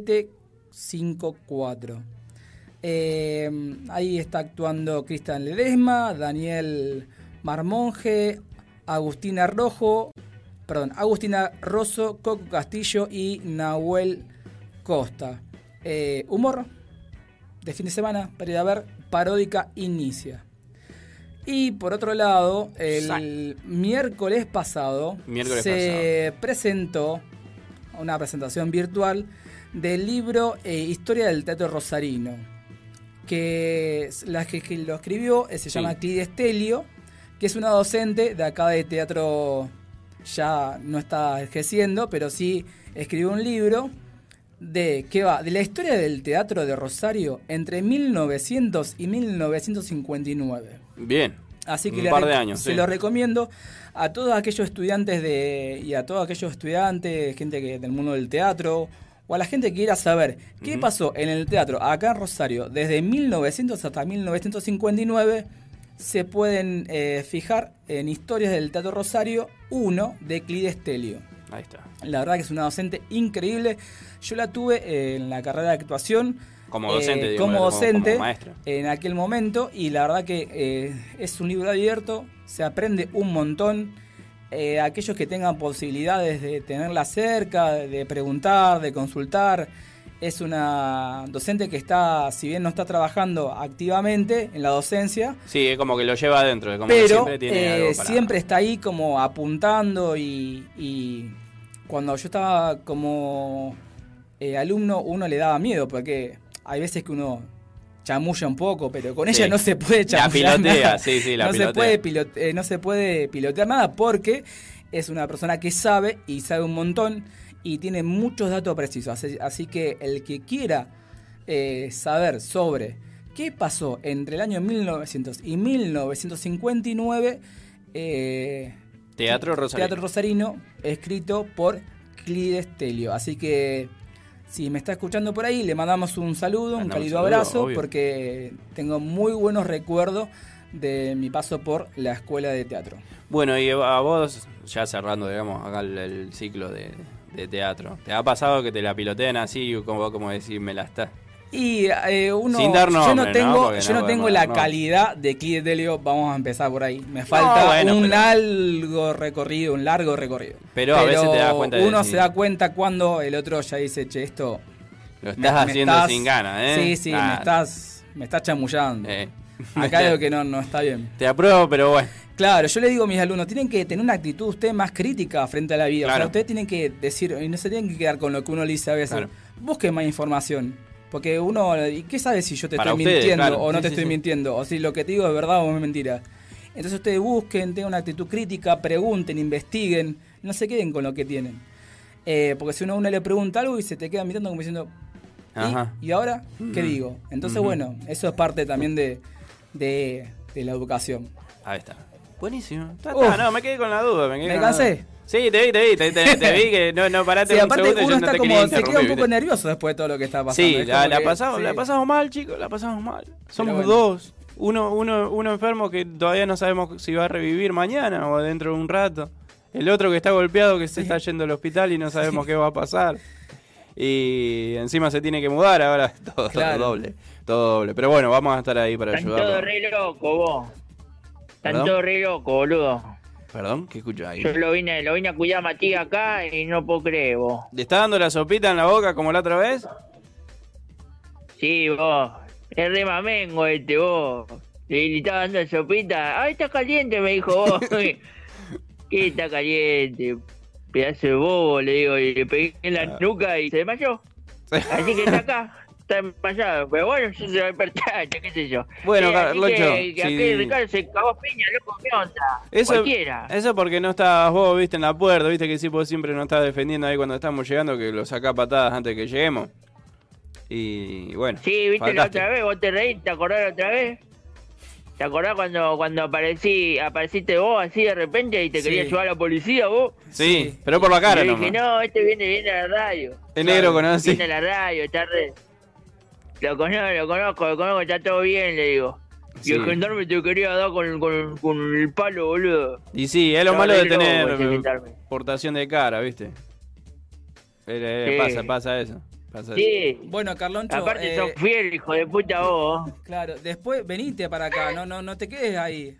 754. Ahí está actuando Cristian Ledesma, Daniel Marmonje, Agustina Rosso, Coco Castillo y Nahuel Costa. Humor de fin de semana para ir a ver Paródica Inicia. Y por otro lado, el miércoles pasado se presentó una presentación virtual del libro Historia del Teatro Rosarino, que lo escribió se llama Clide Estelio, que es una docente de acá de Teatro ya no está ejerciendo, pero sí escribió un libro de la historia del teatro de Rosario entre 1900 y 1959. Bien. Así que un par de años, se lo recomiendo a todos aquellos estudiantes gente del mundo del teatro, o a la gente que quiera saber qué pasó en el teatro acá en Rosario desde 1900 hasta 1959. Se pueden fijar en Historias del Teatro Rosario 1 de Clide Stelio. Ahí está. La verdad que es una docente increíble. Yo la tuve en la carrera de actuación. Como docente, como maestra. En aquel momento. Y la verdad que es un libro abierto. Se aprende un montón. Aquellos que tengan posibilidades de tenerla cerca, de preguntar, de consultar. Es una docente que está, si bien no está trabajando activamente en la docencia. Sí, es como que lo lleva adentro. Como pero que siempre tiene algo para... siempre está ahí como apuntando y cuando yo estaba como alumno uno le daba miedo porque hay veces que uno chamulla un poco, pero con ella no se puede chamullar. La pilotea, nada. sí, la no pilotea. No se puede pilotear nada porque es una persona que sabe y sabe un montón y tiene muchos datos precisos. Así que el que quiera saber sobre qué pasó entre el año 1900 y 1959, Teatro Rosarino, escrito por Clide Stelio. Así que si me está escuchando por ahí, le mandamos un saludo, un cálido abrazo, obvio. Porque tengo muy buenos recuerdos de mi paso por la escuela de teatro. Bueno, y a vos, ya cerrando, digamos, acá el ciclo de teatro, ¿te ha pasado que te la piloteen así, como decir, me la está? Y sin dar nombre, yo no tengo la calidad de Clide Stelio, vamos a empezar por ahí. Me falta un largo recorrido. Pero a veces te das cuenta uno se da cuenta cuando el otro ya dice, che, esto lo estás haciendo sin ganas, ¿eh? Sí, me estás chamullando. Acá digo que no está bien. Te apruebo, pero bueno. Claro, yo le digo a mis alumnos, tienen que tener una actitud ustedes más crítica frente a la vida. Claro. O sea, ustedes tienen que decir, y no se tienen que quedar con lo que uno le dice a veces. Claro. Busquen más información. Porque uno, ¿y qué sabe si yo te estoy mintiendo o no te estoy mintiendo? O si lo que te digo es verdad o es mentira. Entonces ustedes busquen, tengan una actitud crítica, pregunten, investiguen, no se queden con lo que tienen. Porque si uno le pregunta algo y se te queda mirando como diciendo, ¿y ahora qué digo? Entonces, bueno, eso es parte también de la educación. Ahí está. Buenísimo. No, me quedé con la duda. ¿Me cansé? Sí, te vi que no paraste un aparte segundo. Uno está como, se queda un poco nervioso después de todo lo que está pasando. Sí, la pasamos mal, chicos, la pasamos mal. Somos dos. Uno enfermo que todavía no sabemos si va a revivir mañana o dentro de un rato. El otro que está golpeado, que se está yendo al hospital y no sabemos qué va a pasar. Y encima se tiene que mudar ahora. Todo doble. Pero bueno, vamos a estar ahí para ayudar. Están todos re loco, vos. Están todos re loco, boludo. Perdón, ¿qué escucho ahí? Yo lo vine a cuidar a Matías acá y no puedo creer, vos. ¿Le está dando la sopita en la boca como la otra vez? Sí, vos. Es re mamengo vos. Le estaba dando sopita. ¡Ay, está caliente! Me dijo vos. ¿Qué está caliente? Pedazo de bobo, le digo. Y le pegué en la nuca y se desmayó. Así que está acá. Está desmayado. Pero bueno, yo se va a despertar, qué sé yo. Bueno, Carlocho. Que aquí Ricardo se cagó piña, loco, ¿qué onda? Cualquiera. Eso porque no estabas vos, viste, en la puerta. Viste que sí, vos siempre nos estás defendiendo ahí cuando estamos llegando, que lo sacás patadas antes que lleguemos. Y bueno. Sí, viste la otra vez, vos te reíste, ¿te acordás la otra vez? ¿Te acordás cuando apareciste vos así de repente y te querías llevar a la policía vos? Sí, pero por la cara nomás. Dije, no, este viene a la radio. El negro conoce. Viene a la radio, está re... Lo conozco, está todo bien, le digo. Sí. Y el gendarme te quería dar con el palo, boludo. Y sí, es lo malo de tener portación de cara, ¿viste? Pasa eso. Sí. Bueno, Carloncho. Aparte sos fiel, hijo de puta vos. Claro, después venite para acá, no te quedes ahí.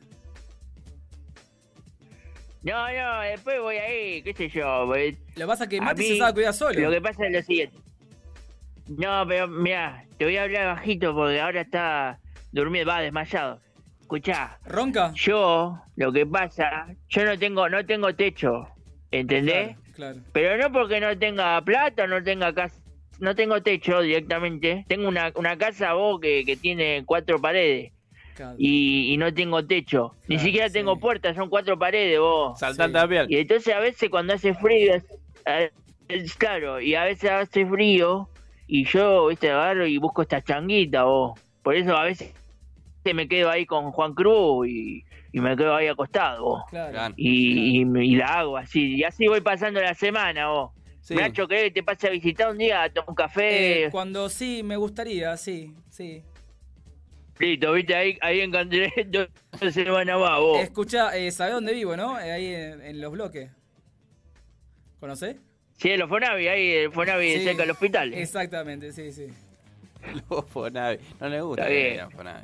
No, después voy ahí, qué sé yo. Lo que pasa es que Mati se sabe cuidar solo. Lo que pasa es lo siguiente. No, pero mirá, te voy a hablar bajito porque ahora está durmiendo, desmayado. Escuchá. ¿Ronca? Yo, lo que pasa, yo no tengo techo, ¿entendés? Claro. Pero no porque no tenga plata, no tenga casa, no tengo techo directamente. Tengo una casa, vos, que tiene 4 paredes. y no tengo techo. Ni siquiera tengo puertas, son 4 paredes, vos. Saltar también. Y entonces a veces cuando hace frío, claro, y a veces hace frío y yo, viste, agarro y busco esta changuita, vos. Por eso a veces me quedo ahí con Juan Cruz y me quedo ahí acostado, vos. Claro. Y la hago así, y así voy pasando la semana, vos. Sí. Nacho, ¿querés que te pase a visitar un día, a tomar un café? Cuando sí, me gustaría, sí. Listo, viste, ahí encontré 2 semanas más, vos. Escuchá, ¿sabés dónde vivo, no? Ahí en Los Bloques. ¿Conocés? Sí, los Fonavi, ahí el Fonavi cerca del hospital. Exactamente, sí. Los Fonavi. No le gusta Está bien. los Fonavi.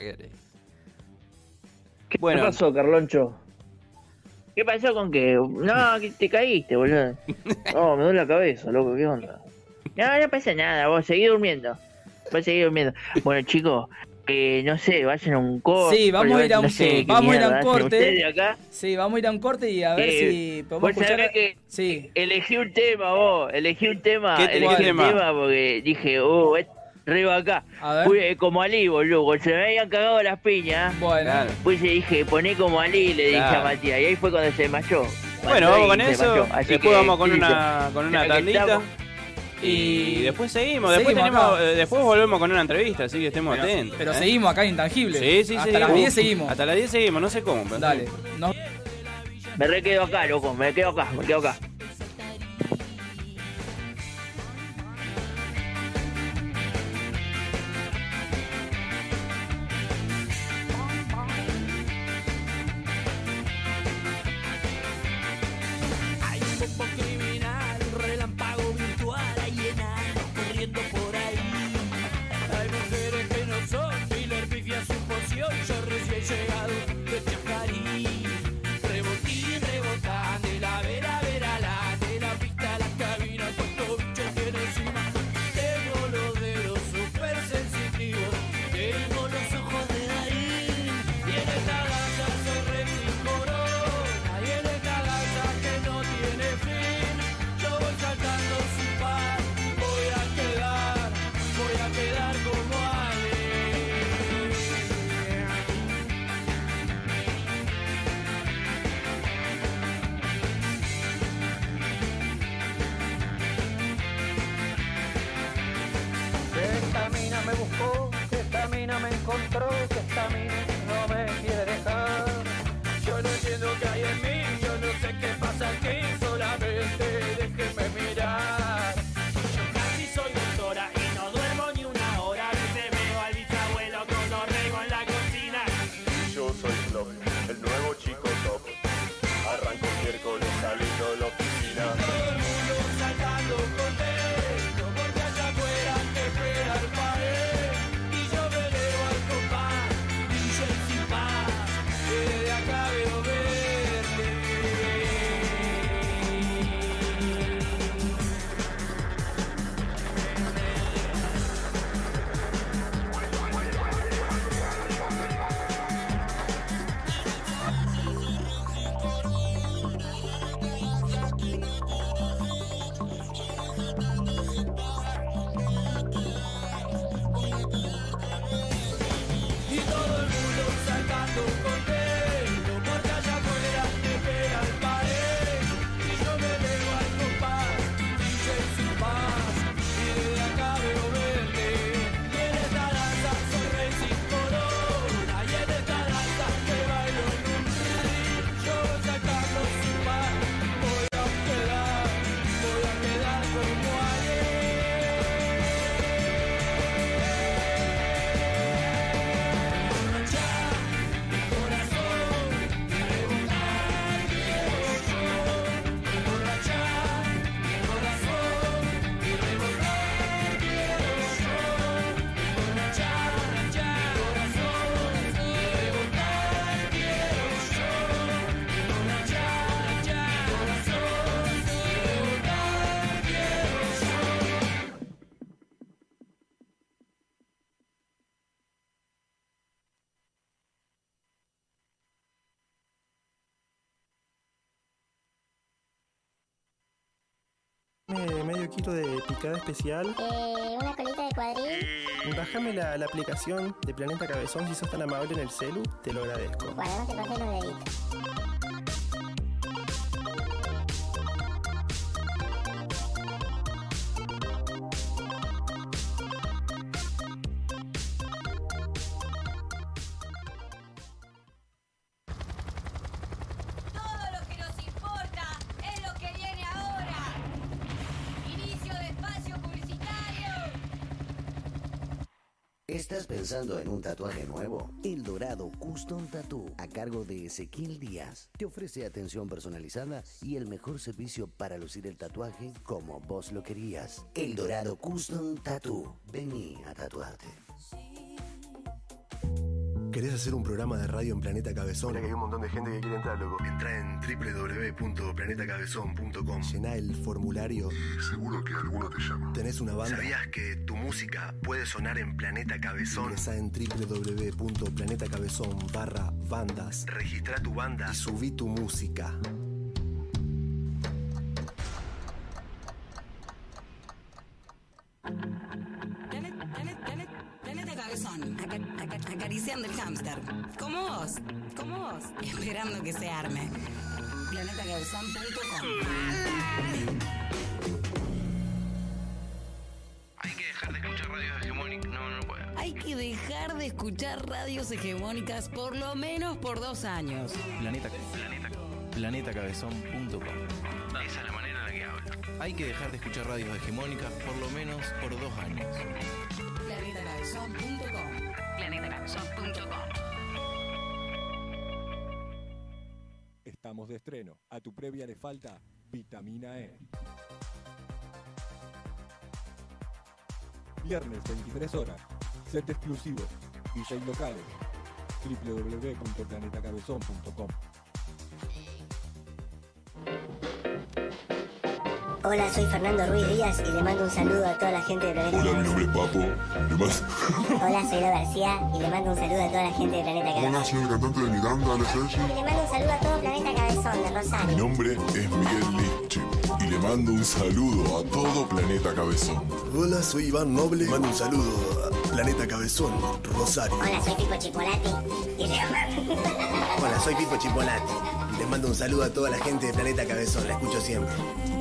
¿Qué pasó, Carloncho? ¿Qué pasó con qué? No, que te caíste, boludo. No, me duele la cabeza, loco, ¿qué onda? No pasa nada, vos seguí durmiendo. Bueno, chicos, no sé, vayan a un corte. Sí, vamos a ir a un corte. ¿Ustedes acá? Sí, vamos a ir a un corte y a ver si podemos escuchar. Sí. Elegí un tema, vos. Elegí un tema porque dije, arriba acá. Fui como Ali, boludo. Se me habían cagado las piñas. Bueno. Pues dije, poné como Ali, le dije a Matías. Y ahí fue cuando se desmayó. Bueno, vamos con eso. Así después vamos con una tandita. Y después seguimos. Después volvemos con una entrevista, así que estemos atentos. Pero seguimos acá en Intangible. Sí, Hasta las 10 seguimos. Hasta las 10 seguimos, no sé cómo. Dale. Me requedo acá, loco. Me quedo acá. Yo recién llegado desde Ajarí, rebotín, rebotán de la vera a la de la pista a la cabina, cuánto bicho tiene encima. Tengo los dedos súper sensitivos, tengo los ojos de Darín, y en esta danza soy re sin corona, y en esta danza que no tiene fin, yo voy saltando sin par, voy a quedar como Ale. Esta mina me buscó, esta mina me encontró, que esta mina no me quiere dejar. Yo no entiendo qué hay en mí, yo no sé qué pasa aquí, solamente déjenme mirar. Yo casi soy doctora y no duermo ni una hora, a veces veo al bisabuelo con orrego en la cocina. Yo soy Flop, el nuevo chico top. Arranco miércoles saliendo de la oficina. Todo el mundo saltando contento, porque allá afuera te espera el pared. Y yo me elevo al compás, y yo sin paz, que desde acá veo verte. Y todo el mundo saltando contento, porque allá afuera te espera el pared. Y yo me elevo al compás, y yo sin paz, y desde acá veo verte. Y en esta danza soy rey sin corona, y en esta danza que bailo en un ring. Yo voy saltando sin paz, voy a quedar como alguien. Medio kilo de picada especial. Una colita de cuadril. Bájame la aplicación de Planeta Cabezón si sos tan amable en el celu, te lo agradezco. Bueno, no te cortes los deditos. ¿Estás pensando en un tatuaje nuevo? El Dorado Custom Tattoo, a cargo de Ezequiel Díaz, te ofrece atención personalizada y el mejor servicio para lucir el tatuaje como vos lo querías. El Dorado Custom Tattoo. Vení a tatuarte. ¿Querés hacer un programa de radio en Planeta Cabezón? Mira que hay un montón de gente que quiere entrar, loco. Entrá en www.planetacabezón.com. Llená el formulario y seguro que alguno te llama. ¿Tenés una banda? ¿Sabías que tu música puede sonar en Planeta Cabezón? Ingresá en www.planetacabezón.com/bandas. Registrá tu banda y subí tu música. Planeta Cabezón, acariciando el hámster. Como vos, esperando que se arme. Planetacabezón.com. Hay que dejar de escuchar radios hegemónicas. No puedo. Hay que dejar de escuchar radios hegemónicas por lo menos por 2 años. Planetacabezón.com. Esa es la manera en la que hablo. Hay que dejar de escuchar radios hegemónicas por lo menos por 2 años. Planetacabezón.com. Planetacabezón.com. Estamos de estreno. A tu previa le falta vitamina E. Viernes 23 horas. Set exclusivo. DJ locales. www.planetacabezón.com. Hola, soy Fernando Ruiz Díaz y le mando un saludo a toda la gente de Planeta Hola, mi Cabezón. nombre es Papo. Hola, soy Lo García y le mando un saludo a toda la gente de Planeta Cabezón. Hola, soy el cantante de Miranda, Ale Sergi. Y le mando un saludo a todo Planeta Cabezón de Mi Rosario. nombre es Miguel Liche y le mando un saludo a todo Planeta Cabezón. Hola, soy Iván Noble. Mando un saludo a Planeta Cabezón, Rosario. Hola, soy Pipo Chipolati y le mando... Hola, soy Pipo Chipolati. Les mando un saludo a toda la gente de Planeta Cabezón. La escucho siempre.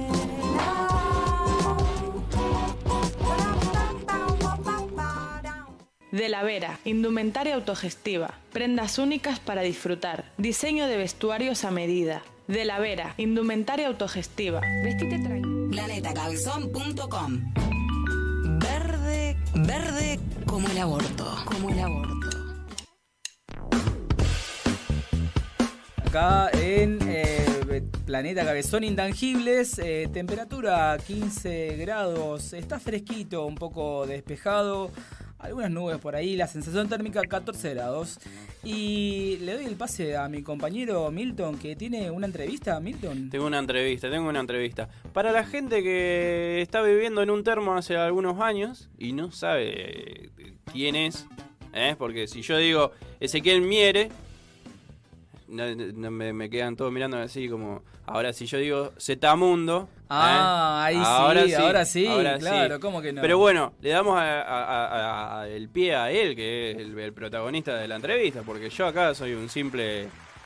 De la Vera, indumentaria autogestiva, prendas únicas para disfrutar, diseño de vestuarios a medida. De la Vera, indumentaria autogestiva. Vestite tranqui. Planetacabezón.com. Verde como el aborto. Acá en Planeta Cabezón Intangibles, temperatura 15 grados, está fresquito, un poco despejado, algunas nubes por ahí, la sensación térmica 14 grados. Y le doy el pase a mi compañero Milton, que tiene una entrevista. Milton. Tengo una entrevista. Para la gente que está viviendo en un termo hace algunos años y no sabe quién es, porque si yo digo Ezequiel Miere, no, me quedan todos mirando así como... Ahora si yo digo Zetamundo... ahí ahora sí, claro, ¿cómo que no? Pero bueno, le damos el pie a él, que es el protagonista de la entrevista, porque yo acá soy un simple...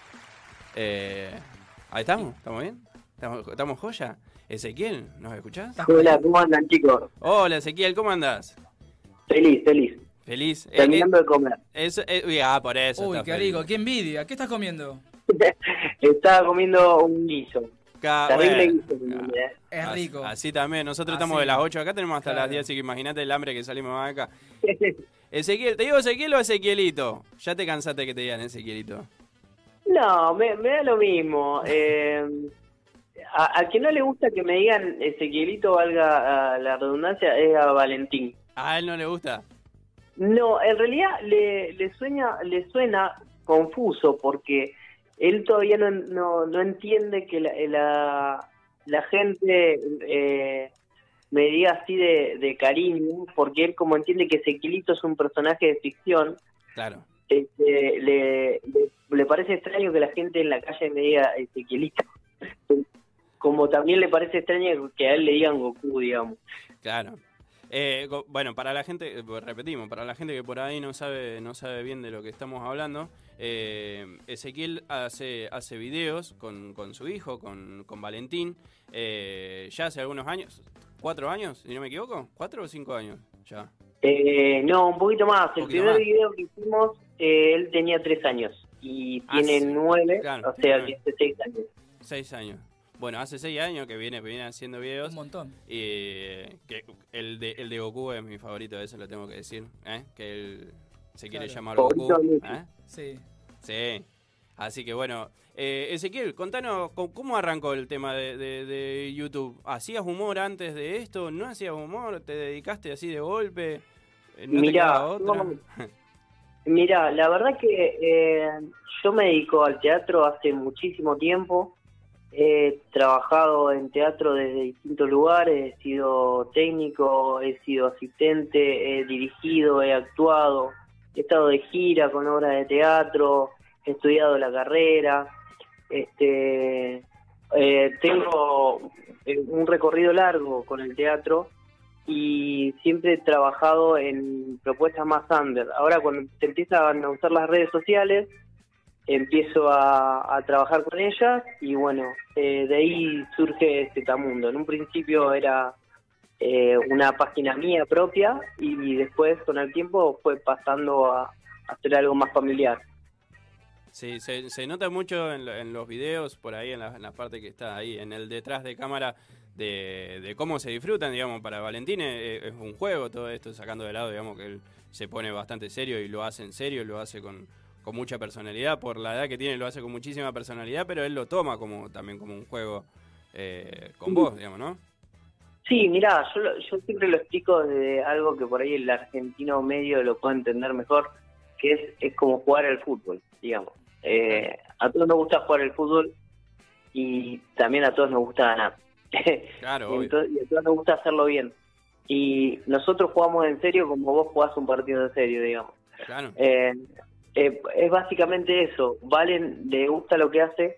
Ahí estamos bien? ¿Estamos joya? Ezequiel, ¿nos escuchás? Hola, ¿cómo andan, chicos? Hola, Ezequiel, ¿cómo andás? Feliz. Terminando de comer. Por eso. Uy, qué rico, qué envidia. ¿Qué estás comiendo? Estaba comiendo un guiso. Terrible guiso. Es rico. Así también. Nosotros estamos de las 8 acá, tenemos hasta las 10, así que imagínate el hambre que salimos acá. Ezequiel, ¿te digo Ezequiel o Ezequielito? Ya te cansaste que te digan Ezequielito. No, me da lo mismo. A quien no le gusta que me digan Ezequielito, valga la redundancia, es a Valentín. ¿A él no le gusta? No, en realidad le suena confuso porque él todavía no entiende que la gente me diga así de cariño, porque él como entiende que Ezequielito es un personaje de ficción. Claro. Le parece extraño que la gente en la calle me diga Ezequielito. Como también le parece extraño que a él le digan Goku, digamos. Claro. Bueno, para la gente, repetimos, para la gente que por ahí no sabe bien de lo que estamos hablando, Ezequiel hace videos con su hijo, con Valentín, ya hace algunos años, 4 años, si no me equivoco, 4 o 5 años ya. No, un poquito más. El primer video que hicimos, él tenía 3 años y tiene 9, claro, o sea, que hace 6 años. 6 años. Bueno, hace 6 años que viene haciendo videos. Un montón. Y que el de Goku es mi favorito, eso lo tengo que decir. Que él se quiere llamar Goku. Sí. Sí. Así que bueno, Ezequiel, contanos cómo arrancó el tema de YouTube. ¿Hacías humor antes de esto? ¿No hacías humor? ¿Te dedicaste así de golpe? ¿No te quedaba otra? Mirá, la verdad que yo me dedico al teatro hace muchísimo tiempo. He trabajado en teatro desde distintos lugares, he sido técnico, he sido asistente, he dirigido, he actuado, he estado de gira con obras de teatro, he estudiado la carrera, tengo un recorrido largo con el teatro y siempre he trabajado en propuestas más under. Ahora cuando se empiezan a usar las redes sociales, empiezo a trabajar con ellas y bueno, de ahí surge Zetamundo. En un principio era una página mía propia y después con el tiempo fue pasando a hacer algo más familiar. Sí, se nota mucho en los videos, por ahí en la parte que está ahí, en el detrás de cámara, de cómo se disfrutan, digamos. Para Valentín es un juego todo esto, sacando de lado, digamos, que él se pone bastante serio y lo hace en serio, lo hace con mucha personalidad. Por la edad que tiene lo hace con muchísima personalidad, pero él lo toma también como un juego con vos, digamos, ¿no? Sí, mirá, yo siempre lo explico desde algo que por ahí el argentino medio lo puede entender mejor, que es como jugar al fútbol, digamos. A todos nos gusta jugar al fútbol y también a todos nos gusta ganar. Claro, y a todos nos gusta hacerlo bien. Y nosotros jugamos en serio como vos jugás un partido en serio, digamos. Claro. Es básicamente eso. Valen le gusta lo que hace,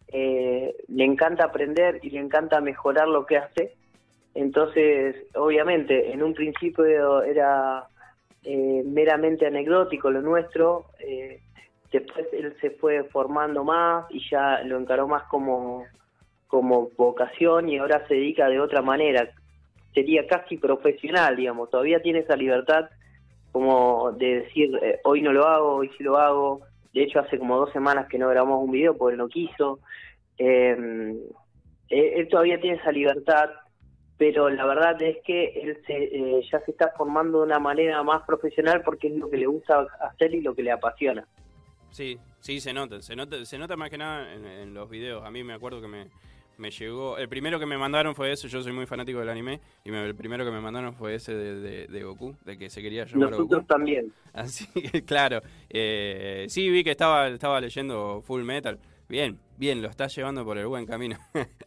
le encanta aprender y le encanta mejorar lo que hace. Entonces, obviamente, en un principio era meramente anecdótico lo nuestro. Después él se fue formando más y ya lo encaró más como vocación y ahora se dedica de otra manera. Sería casi profesional, digamos. Todavía tiene esa libertad como de decir, hoy no lo hago, hoy sí lo hago. De hecho, hace como 2 semanas que no grabamos un video porque él no quiso. Él todavía tiene esa libertad, pero la verdad es que él ya se está formando de una manera más profesional porque es lo que le gusta hacer y lo que le apasiona. Sí, se nota más que nada en los videos. A mí me acuerdo que me llegó, el primero que me mandaron fue ese. Yo soy muy fanático del anime y el primero que me mandaron fue ese de Goku, de que se quería llamar Goku. Nosotros también. Así que claro, sí, vi que estaba leyendo Full Metal. Bien, lo estás llevando por el buen camino.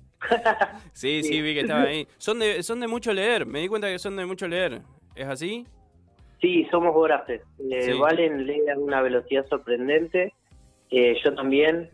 Sí, vi que estaba ahí. Son de mucho leer, me di cuenta que son de mucho leer. ¿Es así? Sí, somos voraces. Sí. Valen lee a una velocidad sorprendente. Yo también.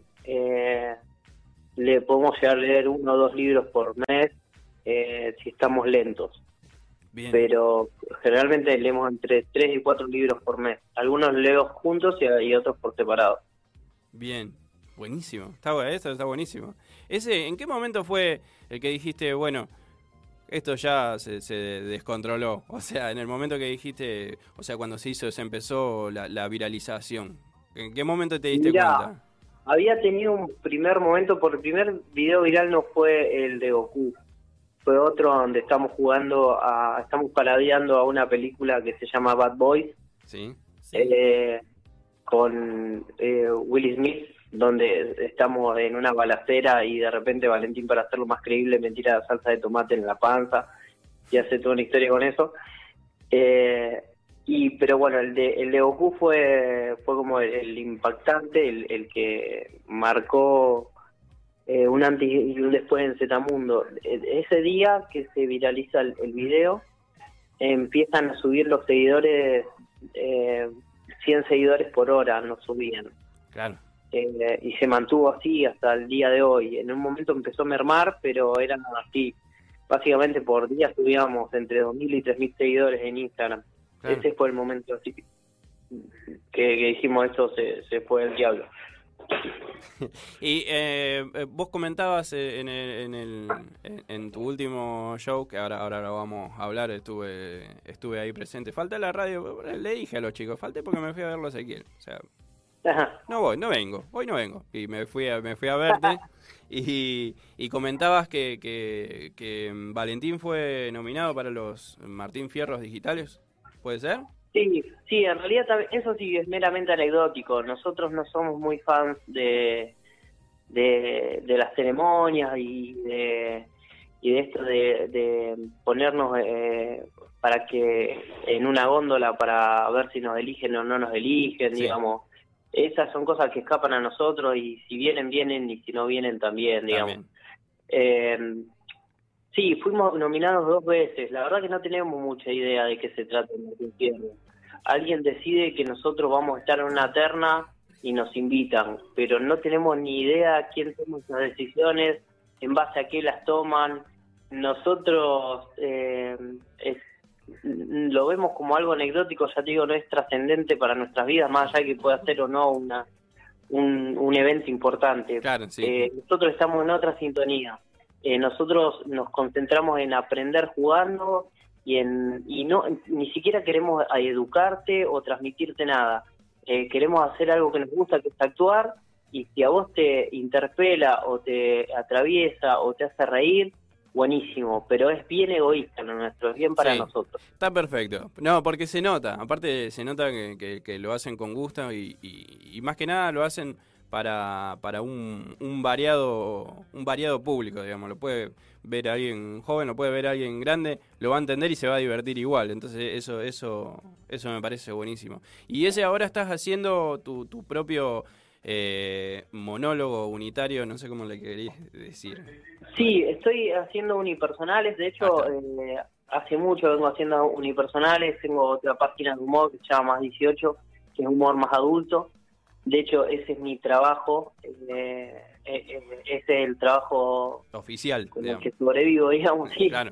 Le podemos llegar a leer 1 o 2 libros por mes si estamos lentos. Bien. Pero generalmente leemos entre 3 y 4 libros por mes. Algunos leo juntos y otros por separado. Bien, buenísimo. Está buenísimo. ¿En qué momento fue el que dijiste, bueno, esto ya se descontroló? O sea, en el momento que dijiste, o sea, cuando se empezó la viralización. ¿En qué momento te diste cuenta? Había tenido un primer momento, porque el primer video viral no fue el de Goku. Fue otro donde estamos parodiando a una película que se llama Bad Boys. Sí. Con Will Smith, donde estamos en una balacera y de repente Valentín, para hacerlo más creíble, me tira salsa de tomate en la panza y hace toda una historia con eso. Pero bueno, el de Goku fue como el impactante, el que marcó un antes y un después en Zetamundo. Ese día que se viraliza el video, empiezan a subir los seguidores, 100 seguidores por hora nos subían. Claro. Y se mantuvo así hasta el día de hoy. En un momento empezó a mermar, pero eran así, básicamente por día subíamos entre 2.000 y 3.000 seguidores en Instagram. Claro. Ese fue el momento así que dijimos esto se fue el diablo. Y vos comentabas en tu último show, que ahora lo vamos a hablar, estuve ahí presente. Falta la radio, le dije a los chicos, falté porque me fui a verlo a Ezequiel. O sea, hoy no vengo. Y me fui a verte. Y comentabas que Valentín fue nominado para los Martín Fierros digitales, ¿puede ser? Sí, en realidad eso sí es meramente anecdótico. Nosotros no somos muy fans de las ceremonias y de esto de ponernos para que en una góndola para ver si nos eligen o no nos eligen, digamos. Esas son cosas que escapan a nosotros y si vienen, vienen y si no vienen también, digamos. Sí, fuimos nominados 2 veces. La verdad que no tenemos mucha idea de qué se trata en el infierno. Alguien decide que nosotros vamos a estar en una terna y nos invitan, pero no tenemos ni idea quién toma esas decisiones, en base a qué las toman. Nosotros lo vemos como algo anecdótico, ya te digo, no es trascendente para nuestras vidas, más allá de que pueda ser o no un evento importante. Claro, sí. Nosotros estamos en otra sintonía. Nosotros nos concentramos en aprender jugando y no ni siquiera queremos educarte o transmitirte nada. Queremos hacer algo que nos gusta, que es actuar, y si a vos te interpela o te atraviesa o te hace reír, buenísimo, pero es bien egoísta lo nuestro, es bien para nosotros. Está perfecto. No, porque se nota, aparte se nota que lo hacen con gusto y más que nada lo hacen para un variado público, digamos. Lo puede ver alguien joven, lo puede ver alguien grande, lo va a entender y se va a divertir igual. Entonces eso me parece buenísimo. Y ahora estás haciendo tu propio monólogo unitario, no sé cómo le queréis decir. Sí, estoy haciendo unipersonales, de hecho hace mucho vengo haciendo unipersonales, tengo otra página de humor que se llama Más 18, que es humor más adulto. De hecho, ese es mi trabajo, ese es el trabajo oficial con el que sobrevivo, digamos, sí. Claro.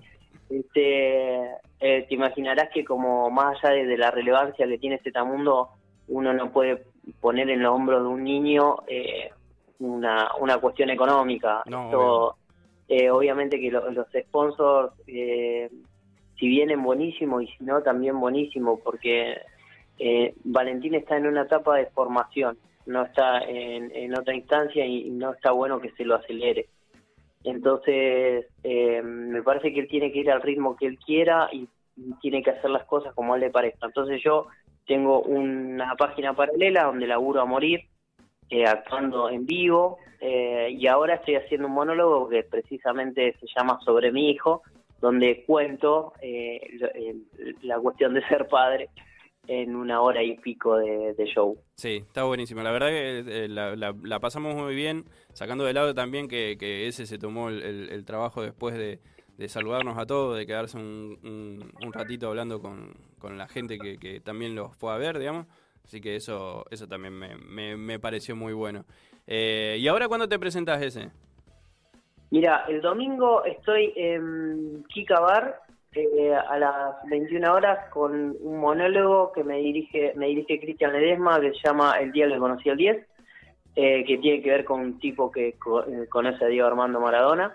Te imaginarás que como más allá de la relevancia que tiene este mundo, uno no puede poner en los hombros de un niño una cuestión económica. No, obviamente que los sponsors, si vienen buenísimo y si no también buenísimo, porque Valentín está en una etapa de formación, no está en otra instancia y no está bueno que se lo acelere. Entonces me parece que él tiene que ir al ritmo que él quiera y tiene que hacer las cosas como a él le parezca. Entonces yo tengo una página paralela donde laburo a morir, actuando en vivo, y ahora estoy haciendo un monólogo que precisamente se llama Sobre mi hijo, donde cuento la cuestión de ser padre en 1 hora y pico de show. Sí, está buenísimo. La verdad que la pasamos muy bien, sacando de lado también que ese se tomó el trabajo después de saludarnos a todos, de quedarse un ratito hablando con la gente que también los fue a ver, digamos. Así que eso también me pareció muy bueno. ¿Y ahora cuándo te presentás ese? Mira, el domingo estoy en Kika Bar, a las 21 horas con un monólogo que me dirige Cristian Ledesma, que se llama El día que conocí al 10, que tiene que ver con un tipo que conoce a Diego Armando Maradona.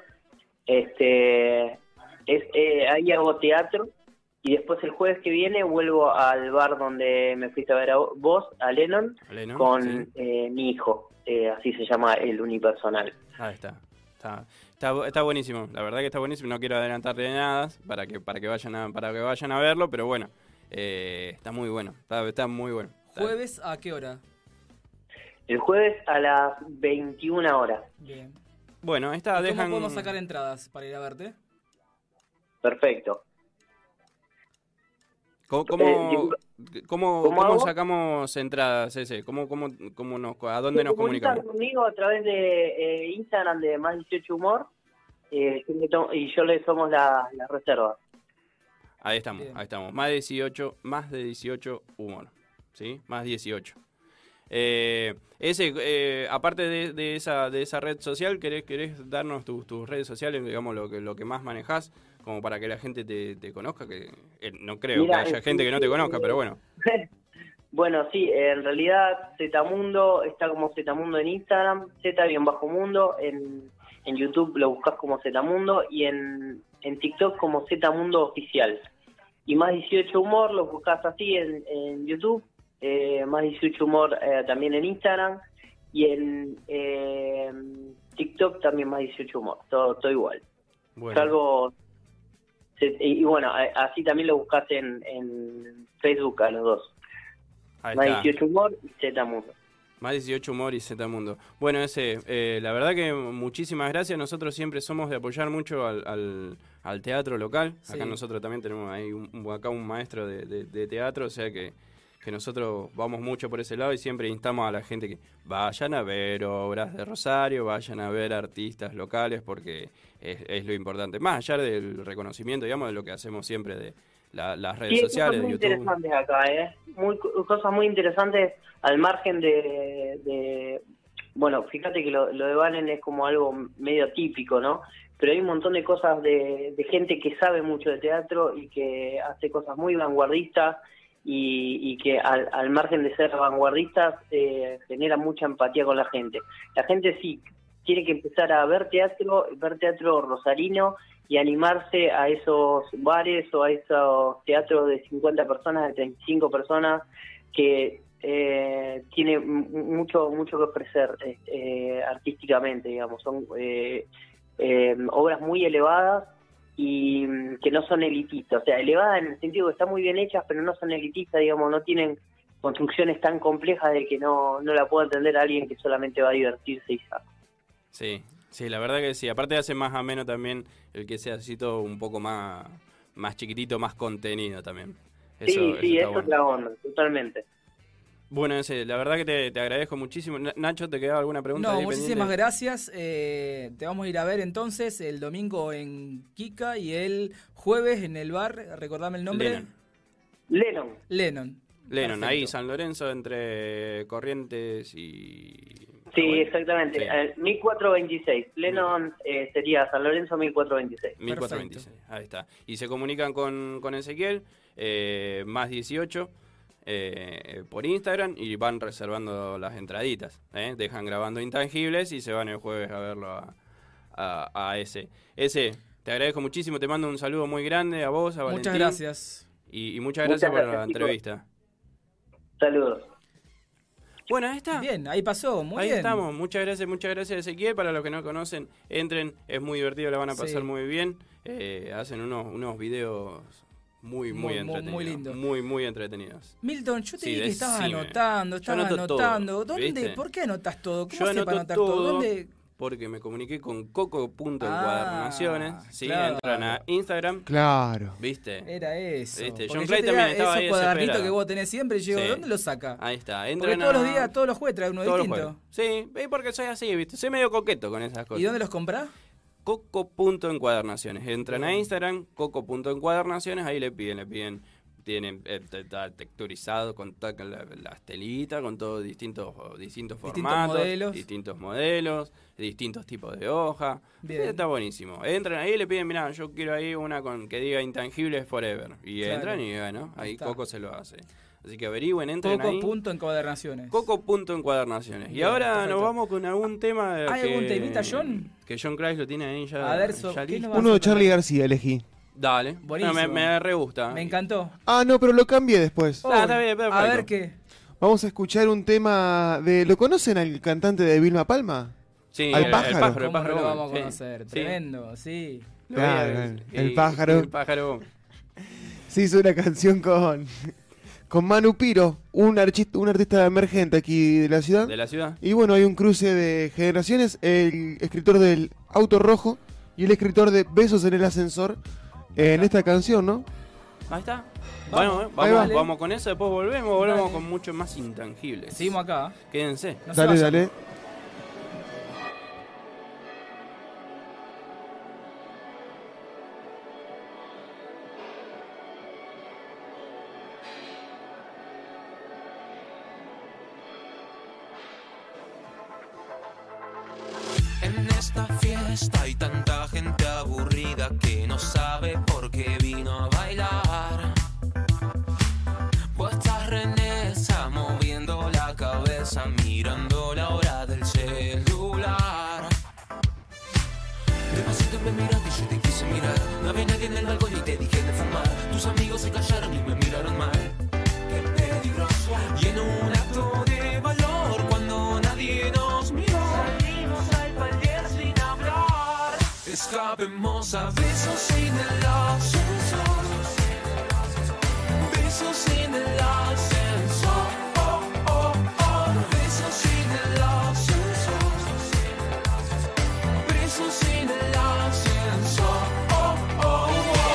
Ahí hago teatro y después el jueves que viene vuelvo al bar donde me fuiste a ver a vos, a Lennon con mi hijo, así se llama el unipersonal. Ahí está. Está buenísimo, la verdad que está buenísimo. No quiero adelantarle nada para que vayan a verlo, pero bueno, está muy bueno, está muy bueno. ¿Jueves a qué hora? El jueves a las 21 horas. Bien. Bueno, ¿Cómo podemos sacar entradas para ir a verte? Perfecto. ¿Cómo sacamos entradas ese? ¿A dónde nos comunicamos? Conmigo a través de Instagram de Más 18 Humor, y yo le somos la reserva. Ahí estamos. Más de 18 Humor, ¿sí? Más 18. Aparte de esa red social, ¿querés darnos tus redes sociales, digamos, lo que más manejás, como para que la gente te conozca? Que no creo que haya gente que no te conozca, pero bueno. Bueno, sí, en realidad Zetamundo está como Zetamundo en Instagram, Z_Mundo, en YouTube lo buscas como Zetamundo y en TikTok como Zetamundo Oficial. Y Más 18 Humor lo buscas así en YouTube, Más 18 Humor también en Instagram y en TikTok también Más 18 Humor, todo igual. Bueno. Salvo, y bueno, así también lo buscas en Facebook a los dos. Ahí Más está. 18 Humor y Zetamundo. Más 18 Humor y Zetamundo. Bueno, la verdad que muchísimas gracias. Nosotros siempre somos de apoyar mucho al teatro local. Sí. Acá nosotros también tenemos ahí un maestro de teatro, o sea que nosotros vamos mucho por ese lado y siempre instamos a la gente que vayan a ver obras de Rosario, vayan a ver artistas locales, porque es lo importante. Más allá del reconocimiento, digamos, de lo que hacemos siempre de las redes sociales, cosas muy de YouTube. interesantes acá, cosas muy interesantes al margen bueno, fíjate que lo de Valen es como algo medio típico, ¿no? Pero hay un montón de cosas de gente que sabe mucho de teatro y que hace cosas muy vanguardistas y que al margen de ser vanguardistas genera mucha empatía con la gente. La gente sí tiene que empezar a ver teatro rosarino y animarse a esos bares o a esos teatros de 50 personas, de 35 personas, que tiene mucho que ofrecer artísticamente, digamos. Son obras muy elevadas y que no son elitistas. O sea, elevadas en el sentido que están muy bien hechas, pero no son elitistas, digamos, no tienen construcciones tan complejas de que no la pueda entender alguien que solamente va a divertirse y ya. Sí, la verdad que sí. Aparte hace más ameno también el que sea así todo un poco más chiquitito, más contenido también. Eso es bueno. otra onda, totalmente. Bueno, la verdad que te agradezco muchísimo. Nacho, ¿te quedaba alguna pregunta? No, ahí muchísimas pendiente? gracias. Te vamos a ir a ver entonces el domingo en Kika y el jueves en el bar, recordame el nombre. Lennon. Perfecto. Ahí San Lorenzo entre Corrientes y... Sí, exactamente. 1426. Lennon sería San Lorenzo 1426. 1426, ahí está. Y se comunican con Ezequiel, más 18, por Instagram y van reservando las entraditas. Dejan grabando Intangibles y se van el jueves a verlo a ese. Te agradezco muchísimo, te mando un saludo muy grande a vos, a Valentín. Muchas gracias. Y muchas gracias por la entrevista. Saludos. Bueno, ahí está. Bien, ahí pasó, muy ahí bien. Estamos, muchas gracias Ezequiel. Para los que no conocen, entren, es muy divertido, la van a pasar muy bien. Hacen unos videos muy entretenidos. Muy lindos. Muy entretenidos. Milton, yo te dije que estabas decime. anotando. Todo, ¿Dónde? ¿viste? ¿Por qué anotas todo? ¿Cómo Yo haces para anoto anotar todo? todo. ¿Dónde? Porque me comuniqué con Coco.encuadernaciones. Sí, claro. entran a Instagram. Claro. ¿Viste? Era eso. ¿Viste? Porque John Clay también estaba ahí esos cuadernitos desesperado. que vos tenés siempre, y yo digo, Sí. ¿dónde los saca? Ahí está. Porque Entran todos los días, todos los jueves trae uno todos los distinto. jueves. Sí, porque soy así, ¿viste? Soy medio coqueto con esas cosas. ¿Y dónde los comprás? Coco.encuadernaciones. Entran a Instagram, Coco.encuadernaciones, ahí le piden. Tienen texturizado con las telitas, con todos distintos formatos, distintos modelos, distintos tipos de hoja. Está buenísimo. Entran ahí y le piden, mirá, yo quiero ahí una que diga Intangibles Forever. Y Claro. entran y bueno, ahí está. Coco se lo hace. Así que averigüen, entren ahí. Coco.encuadernaciones. Coco.encuadernaciones. Y Bien, ahora perfecto. nos vamos con algún tema. ¿Hay algún temita, John? Que John Christ lo tiene ahí ya. A ver, ya ¿qué listo. nos vas Uno de Charlie García elegí. Dale. Buenísimo. No, me re gusta. Me encantó. Ah, no, pero lo cambié después. Está bien, perfecto. A ver qué. Vamos a escuchar un tema de... ¿Lo conocen al cantante de Vilma Palma? Sí, al el pájaro. ¿Cómo no lo vamos a sí. conocer? Sí. Tremendo, sí. Claro, el pájaro. El pájaro. Se hizo una canción con Manu Piro, un artista emergente aquí de la ciudad. ¿De la ciudad? Y bueno, hay un cruce de generaciones. El escritor del Auto Rojo y el escritor de Besos en el Ascensor en esta canción, ¿no? Ahí está. Vamos. Vamos con eso, después volvemos Dale. con mucho más Intangibles. Seguimos acá. Quédense. No se vayan. Dale. fiesta hay tanta gente aburrida que no sabe por qué vino a bailar. Puestas renesa moviendo la cabeza, mirando la hora del celular. Despacito me miraste y yo te quise mirar. No había nadie en el balcón y te dije de fumar. Tus amigos se callaron y me miraron mal. Qué peligroso. Y en un acto de valor, cuando nadie nos miró, salimos al palier sin hablar. Escapemos a besos en el ascensor. Besos en el ascensor. Oh, oh, oh. Besos en el ascensor. Besos en el ascensor. Oh, oh, oh.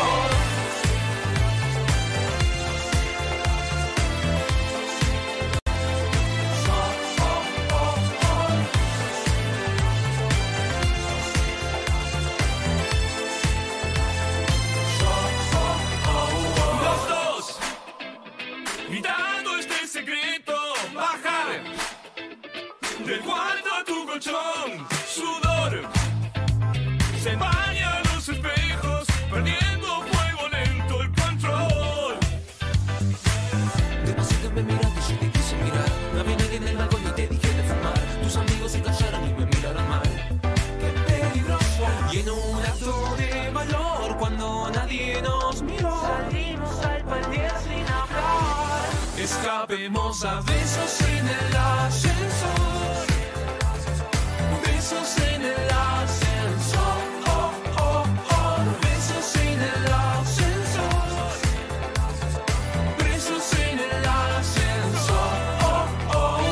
Los dos, gritando este secreto, bajar del cuarto a tu colchón, sudor, se empañan los espejos, perdiendo fuego lento el control. Despacito me miraste y yo te quise mirar. No había nadie en el balcón y te dije de fumar. Tus amigos se callaron y me miraron mal. Qué peligroso. Y en un acto de valor, cuando nadie nos miró, salimos al palier sin hablar. Escapemos a besos en el ascensor. Besos en el ascensor. Oh, oh, oh. Besos en el ascensor. Besos en el ascensor. Oh, oh, oh.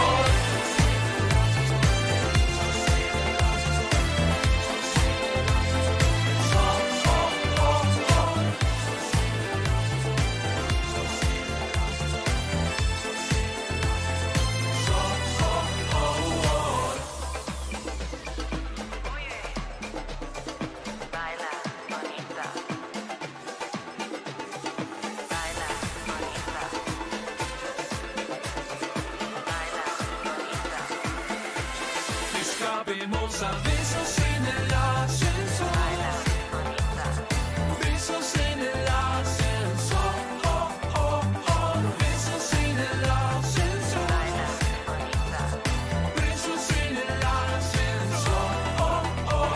Escapemos a besos en el ascensor. Besos en el ascensor. Oh, oh, oh. Besos en el ascensor. Besos en el ascensor. Oh, oh, oh.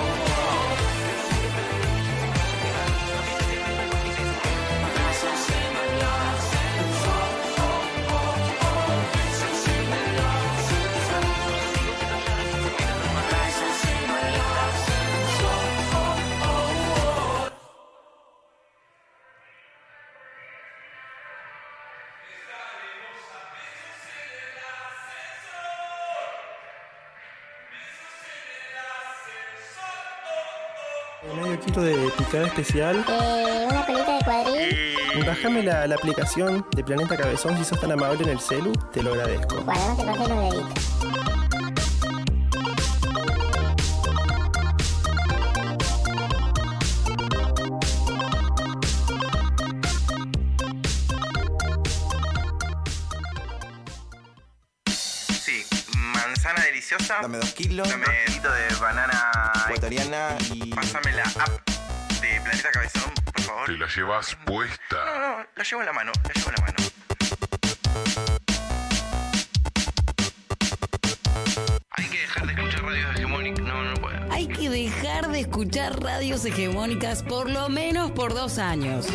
Besos en el ascensor. Oh, oh, oh. Besos en el ascensor. Medio kilo de picada especial. Una colita de cuadril. Bájame la aplicación de Planeta Cabezón si sos tan amable en el celu, te lo agradezco. Bueno, no te pases los deditos. Sí, manzana deliciosa. Dame 2 kilos. Dame 2 kilitos de banana ecuatoriana y... Pásame la app de Planeta Cabezón, por favor. Te la llevas puesta. No, la llevo en la mano, la llevo en la mano. Hay que dejar de escuchar radios hegemónicas. No puedo. Hay que dejar de escuchar radios hegemónicas por lo menos por 2 años.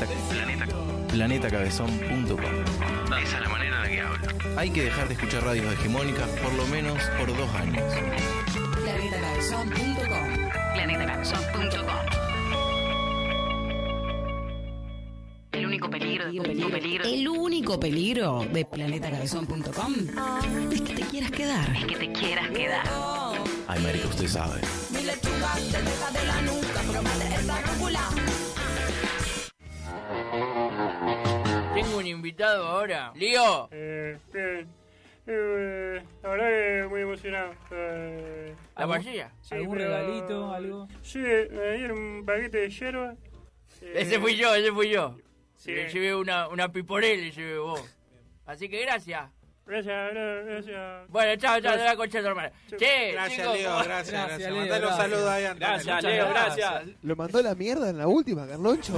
Planetacabezón.com. Esa es la manera en la que hablo. Hay que dejar de escuchar radios hegemónicas por lo menos por 2 años. Planetacabezón.com. Planetacabezón.com. El único peligro El único peligro de planetacabezón.com es que te quieras quedar. Ay, marica, usted sabe. Mi lechuga te deja de la nuca, probate esta rúcula. Tengo un invitado ahora. ¡Lío! Bien. La verdad que muy emocionado. ¿La vacía? Sí, ¿Algún regalito, algo? Sí, me dieron un paquete de hierba. Ese fui yo. Sí. Le llevé una piporel, le llevé vos. Así que gracias. Gracias. Bueno, chao, de la concha de tu hermana. Che, Gracias, chicos, Leo, gracias. Mandale un saludo ahí a Antonio. Gracias, Leo, gracias. Lo mandó a la mierda en la última, Carloncho.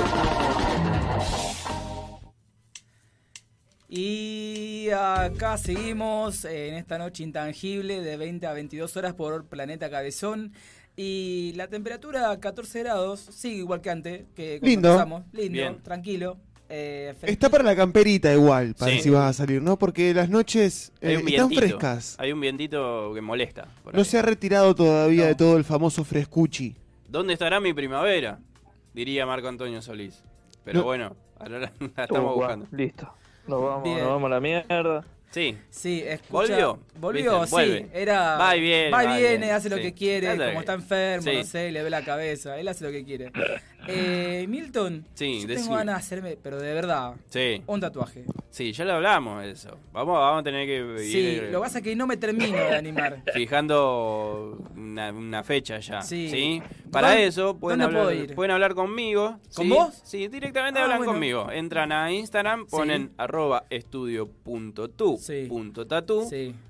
Y acá seguimos en esta noche intangible de 20 a 22 horas por Planeta Cabezón. Y la temperatura 14 grados, sigue igual que antes, que cuando Lindo. empezamos. Lindo, Bien. Tranquilo. Está para la camperita igual, para Sí. si vas a salir, ¿no? Porque las noches Hay un están vientito. frescas. Hay un vientito que molesta. por No ahí. se ha retirado todavía de todo el famoso frescuchi. ¿Dónde estará mi primavera? Diría Marco Antonio Solís. Pero No. bueno, ahora la estamos buscando. Listo. Nos vamos Bien. a la mierda. Sí. Sí, escucha. ¿Volvió? Volvió, ¿Viste? sí. Vuelve. Era. Va y viene, Va y va y viene, viene, hace lo sí. que quiere. Anda Como bien. está enfermo, Sí. no sé, le ve la cabeza. Él hace lo que quiere. Milton, Sí, yo decime. tengo ganas de hacerme, pero de verdad, Sí. un tatuaje. Sí, ya lo hablamos de eso. Vamos a tener que Sí, ir lo que pasa es que no me termino de animar. fijando una fecha ya. Sí. Sí. Para ¿Dónde- eso pueden dónde puedo hablar, ir? pueden hablar conmigo. ¿Con ¿sí? vos? Sí, directamente Ah, hablan bueno. conmigo. Entran a Instagram, ponen @estudio.tu.tatu,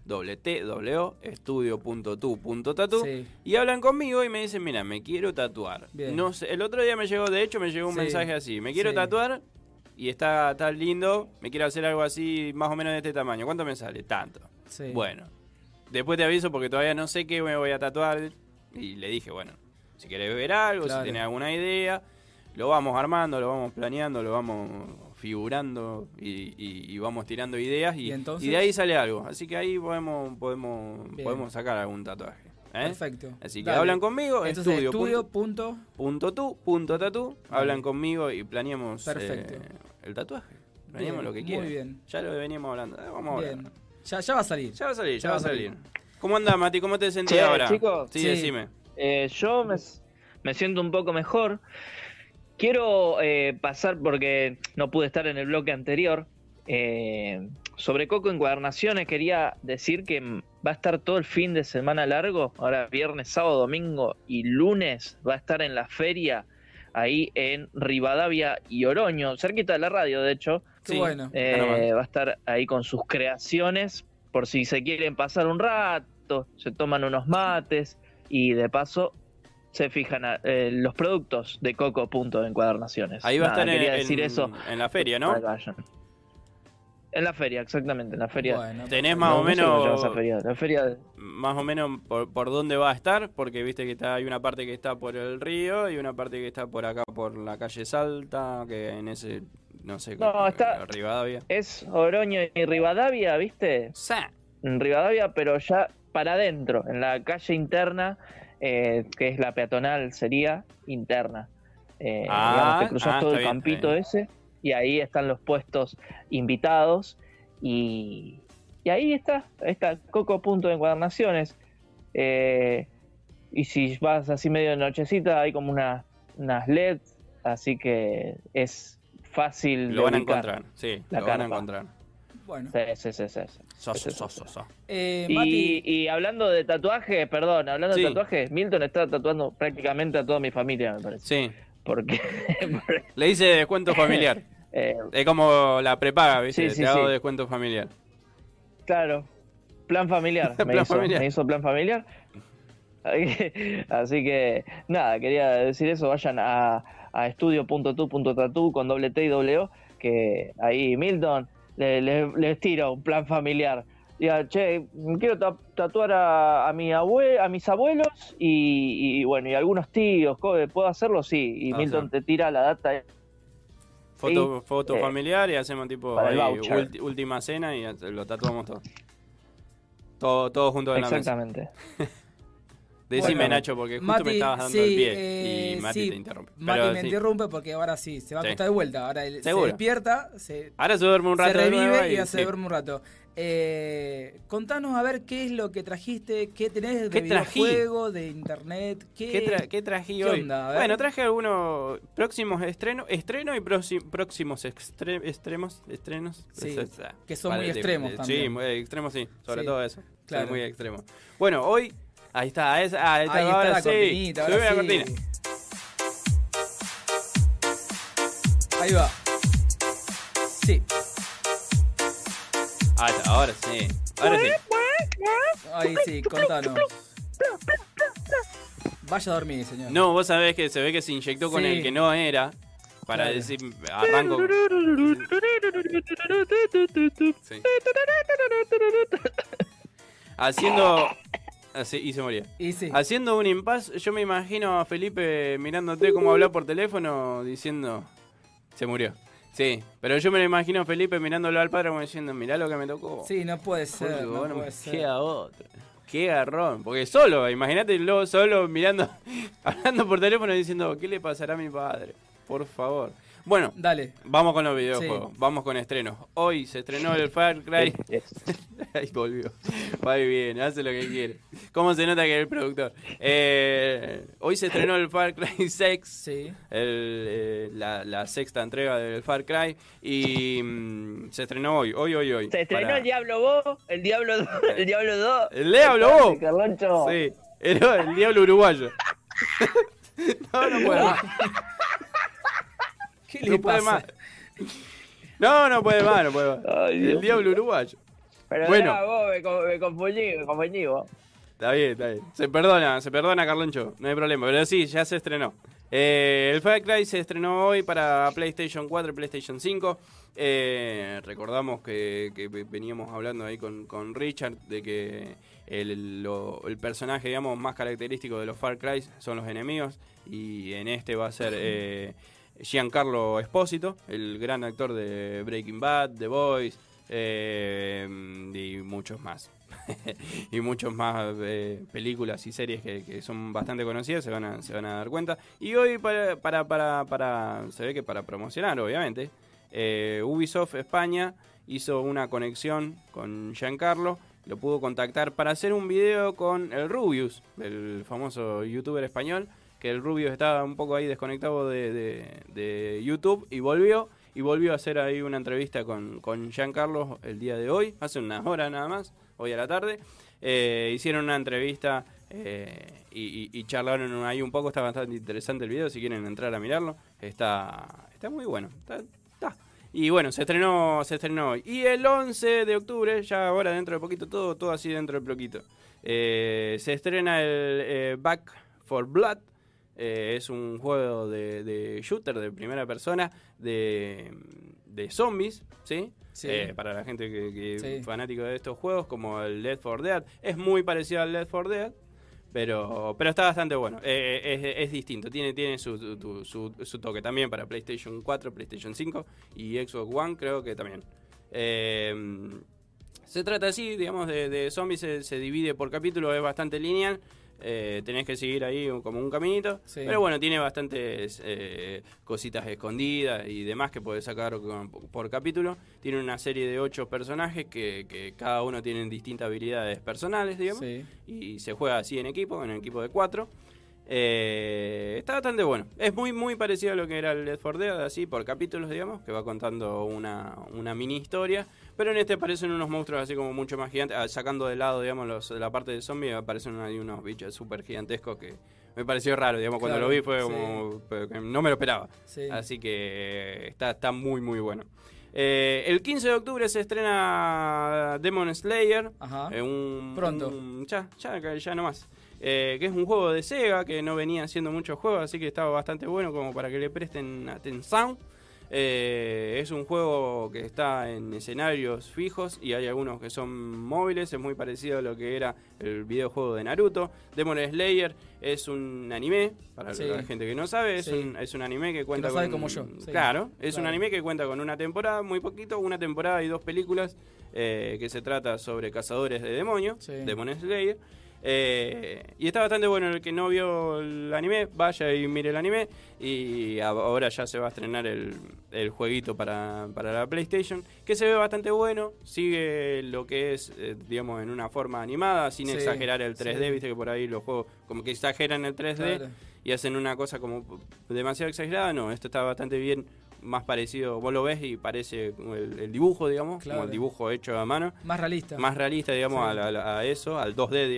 estudio.tu.tatu, Sí. y hablan conmigo y me dicen, mira, me quiero tatuar. Bien. No sé, el otro día me llegó un Sí. mensaje así, me quiero Sí. tatuar y está lindo, me quiero hacer algo así más o menos de este tamaño. ¿Cuánto me sale? Tanto. Sí. Bueno, después te aviso porque todavía no sé qué me voy a tatuar. Y le dije, bueno, si querés ver algo, Claro. si tenés alguna idea, lo vamos armando, lo vamos planeando, lo vamos figurando y vamos tirando ideas y entonces? y de ahí sale algo. Así que ahí podemos Bien. sacar algún tatuaje. Perfecto. Así que Dale. hablan conmigo, Entonces, estudio.tu.tatu, hablan conmigo y planeamos Perfecto. el tatuaje. Planeamos Bien, lo que muy quieran. bien. Ya lo veníamos hablando. Vamos a Bien. ver. Ya va a salir. Ya va a salir, Ya va a salir. ¿Cómo andás, Mati? ¿Cómo te sentís Che, ahora? chicos. Sí, Sí. decime. Yo me siento un poco mejor. Quiero pasar, porque no pude estar en el bloque anterior, sobre Coco Encuadernaciones. Quería decir que va a estar todo el fin de semana largo, ahora viernes, sábado, domingo y lunes va a estar en la feria ahí en Rivadavia y Oroño, cerquita de la radio, de hecho. Qué bueno. Va a estar ahí con sus creaciones, por si se quieren pasar un rato, se toman unos mates y de paso se fijan los productos de Coco.encuadernaciones. Ahí va a estar quería decir eso. en la feria, ¿no? Para que vayan. En la feria, exactamente, en la feria. Bueno, Tenés más o No sé cómo se llama menos esa feria, la feria de- más o menos por dónde va a estar, porque viste que hay una parte que está por el río y una parte que está por acá por la calle Salta, que en ese no sé, No, está- Rivadavia. Es Oroño y Rivadavia, ¿viste? Sí. En Rivadavia, pero ya para adentro, en la calle interna, que es la peatonal, sería interna. Digamos, te cruzas todo está el bien, campito ese y ahí están los puestos invitados y ahí está Coco.encuadernaciones. Y si vas así medio de nochecita, hay como unas LEDs, así que es fácil Lo de van a ubicar encontrar, sí, la lo van a carpa. encontrar. Bueno. Sí. Mati, Y hablando de tatuajes, Sí. de tatuajes, Milton está tatuando prácticamente a toda mi familia, me parece. Sí. Porque Le hice descuento familiar. Es como la prepaga, ¿viste? Sí, sí, Te hago sí. descuento familiar. claro, plan familiar, me hizo plan familiar. Así que nada, quería decir eso, vayan a estudio.tu.tatu con doble T y doble O, que ahí Milton les tira un plan familiar. Diga, che, quiero tatuar a mis abuelos y bueno, y algunos tíos, ¿puedo hacerlo? Sí, y Ajá. Milton te tira la data. Foto familiar y hacemos tipo para el ahí, voucher. última cena y lo tatuamos todo. Todo junto en la mesa. Exactamente. Decime, Bueno, Nacho, porque justo Mati, me estabas dando sí, el pie y Mati sí, te interrumpe. Mati Pero me sí. interrumpe porque ahora sí, se va a Sí. acostar de vuelta. Ahora él se Seguro. despierta, Ahora se duerme un rato se de nuevo revive y y se sí. duerme un rato. Contanos a ver qué es lo que trajiste, qué tenés de ¿Qué trají? videojuego, de internet, ¿Qué trají qué hoy? onda? A ver. Bueno, traje algunos próximos estreno y próximos estrenos. Sí, que son muy extremos Sí, también. muy extremos, sí, sobre Sí, todo eso. claro. Son muy extremos. Bueno, hoy, ahí está, ahí está, Ahí está ahora la sí. cortinita, ahora Subime la sí. cortina. Ahí va. Sí. Ahora sí. Ahora sí. Ay, sí, contanos. Vaya a dormir, señor. No, vos sabés que se ve que se inyectó con el que no era. Para decir, arranco. Sí. Haciendo. Así, y se moría. Sí. Haciendo un impasse, yo me imagino a Felipe mirándote como hablar por teléfono diciendo. Se murió. Sí, pero yo me lo imagino a Felipe mirándolo al padre como diciendo, mirá lo que me tocó. Sí, no puede ser. No puede ser. Queda otro. Qué garrón. Porque solo, imagínate luego solo mirando, hablando por teléfono diciendo, ¿qué le pasará a mi padre? Por favor. Bueno, dale. Vamos con los videojuegos, vamos con estrenos. Hoy se estrenó el Far Cry. Ahí volvió. Va bien, hace lo que quiere. ¿Cómo se nota que es el productor? Hoy se estrenó el Far Cry 6. Sí. La sexta entrega del Far Cry. Y se estrenó hoy. Se estrenó el Diablo 2. El Diablo 2. El Diablo 2. Carloncho. Sí. El Diablo uruguayo. No puede más. ¿Qué le pasa? No puede más. Ay, el Diablo uruguayo. Pero bueno, vos me confundí vos. Está bien. Se perdona, Carloncho, no hay problema. Pero sí, ya se estrenó. El Far Cry se estrenó hoy para PlayStation 4 y PlayStation 5. Recordamos que veníamos hablando ahí con Richard de que el personaje, digamos, más característico de los Far Cry son los enemigos. Y en este va a ser Giancarlo Espósito, el gran actor de Breaking Bad, The Boys y muchos más. Y muchos más películas y series que son bastante conocidas, se van a dar cuenta. Y hoy para se ve que para promocionar, obviamente, Ubisoft España hizo una conexión con Giancarlo, lo pudo contactar para hacer un video con el Rubius, el famoso youtuber español, que el Rubius estaba un poco ahí desconectado de YouTube y volvió a hacer ahí una entrevista con Giancarlo el día de hoy, hace unas horas nada más, hoy a la tarde. Hicieron una entrevista y charlaron ahí un poco, está bastante interesante el video, si quieren entrar a mirarlo, está muy bueno, está. Y bueno, se estrenó hoy. Y el 11 de octubre, ya ahora dentro de poquito, todo así dentro de poquito, se estrena el Back 4 Blood. Es un juego de shooter de primera persona de zombies, ¿sí? Sí. Para la gente que es fanático de estos juegos, como el Left 4 Dead. Es muy parecido al Left 4 Dead, pero está bastante bueno. Es distinto, tiene su toque también para PlayStation 4, PlayStation 5 y Xbox One, creo que también. Se trata así, digamos, de zombies, se divide por capítulo, es bastante lineal. Tenés que seguir ahí como un caminito, pero bueno, tiene bastantes cositas escondidas y demás que podés sacar por capítulo. Tiene una serie de 8 personajes que cada uno tiene distintas habilidades personales, digamos, y se juega así en equipo de 4. Está bastante bueno. Es muy parecido a lo que era el Left 4 Dead, así por capítulos, digamos, que va contando una mini historia. Pero en este aparecen unos monstruos así como mucho más gigantes, sacando de lado, digamos, la parte de zombie, aparecen ahí unos bichos súper gigantescos que me pareció raro, digamos, cuando lo vi fue como que no me lo esperaba. Así que está muy bueno. El 15 de octubre se estrena Demon Slayer. Pronto. Ya nomás. Que es un juego de Sega que no venía haciendo muchos juegos, así que estaba bastante bueno como para que le presten atención. Es un juego que está en escenarios fijos y hay algunos que son móviles. Es muy parecido a lo que era el videojuego de Naruto. Demon Slayer es un anime, para la gente que no sabe, es un anime que cuenta con... como yo. Claro, un anime que cuenta con una temporada, muy poquito, una temporada y 2 películas, que se trata sobre cazadores de demonios, Demon Slayer. Y está bastante bueno. El que no vio el anime, vaya y mire el anime. Y ahora ya se va a estrenar el jueguito para la PlayStation, que se ve bastante bueno. Sigue lo que es, digamos, en una forma animada, sin exagerar el 3D. Viste que por ahí los juegos como que exageran el 3D y hacen una cosa como demasiado exagerada. No, esto está bastante bien, más parecido. Vos lo ves y parece el dibujo, digamos, como el dibujo hecho a mano. Más realista, digamos, a eso, al 2D, digamos.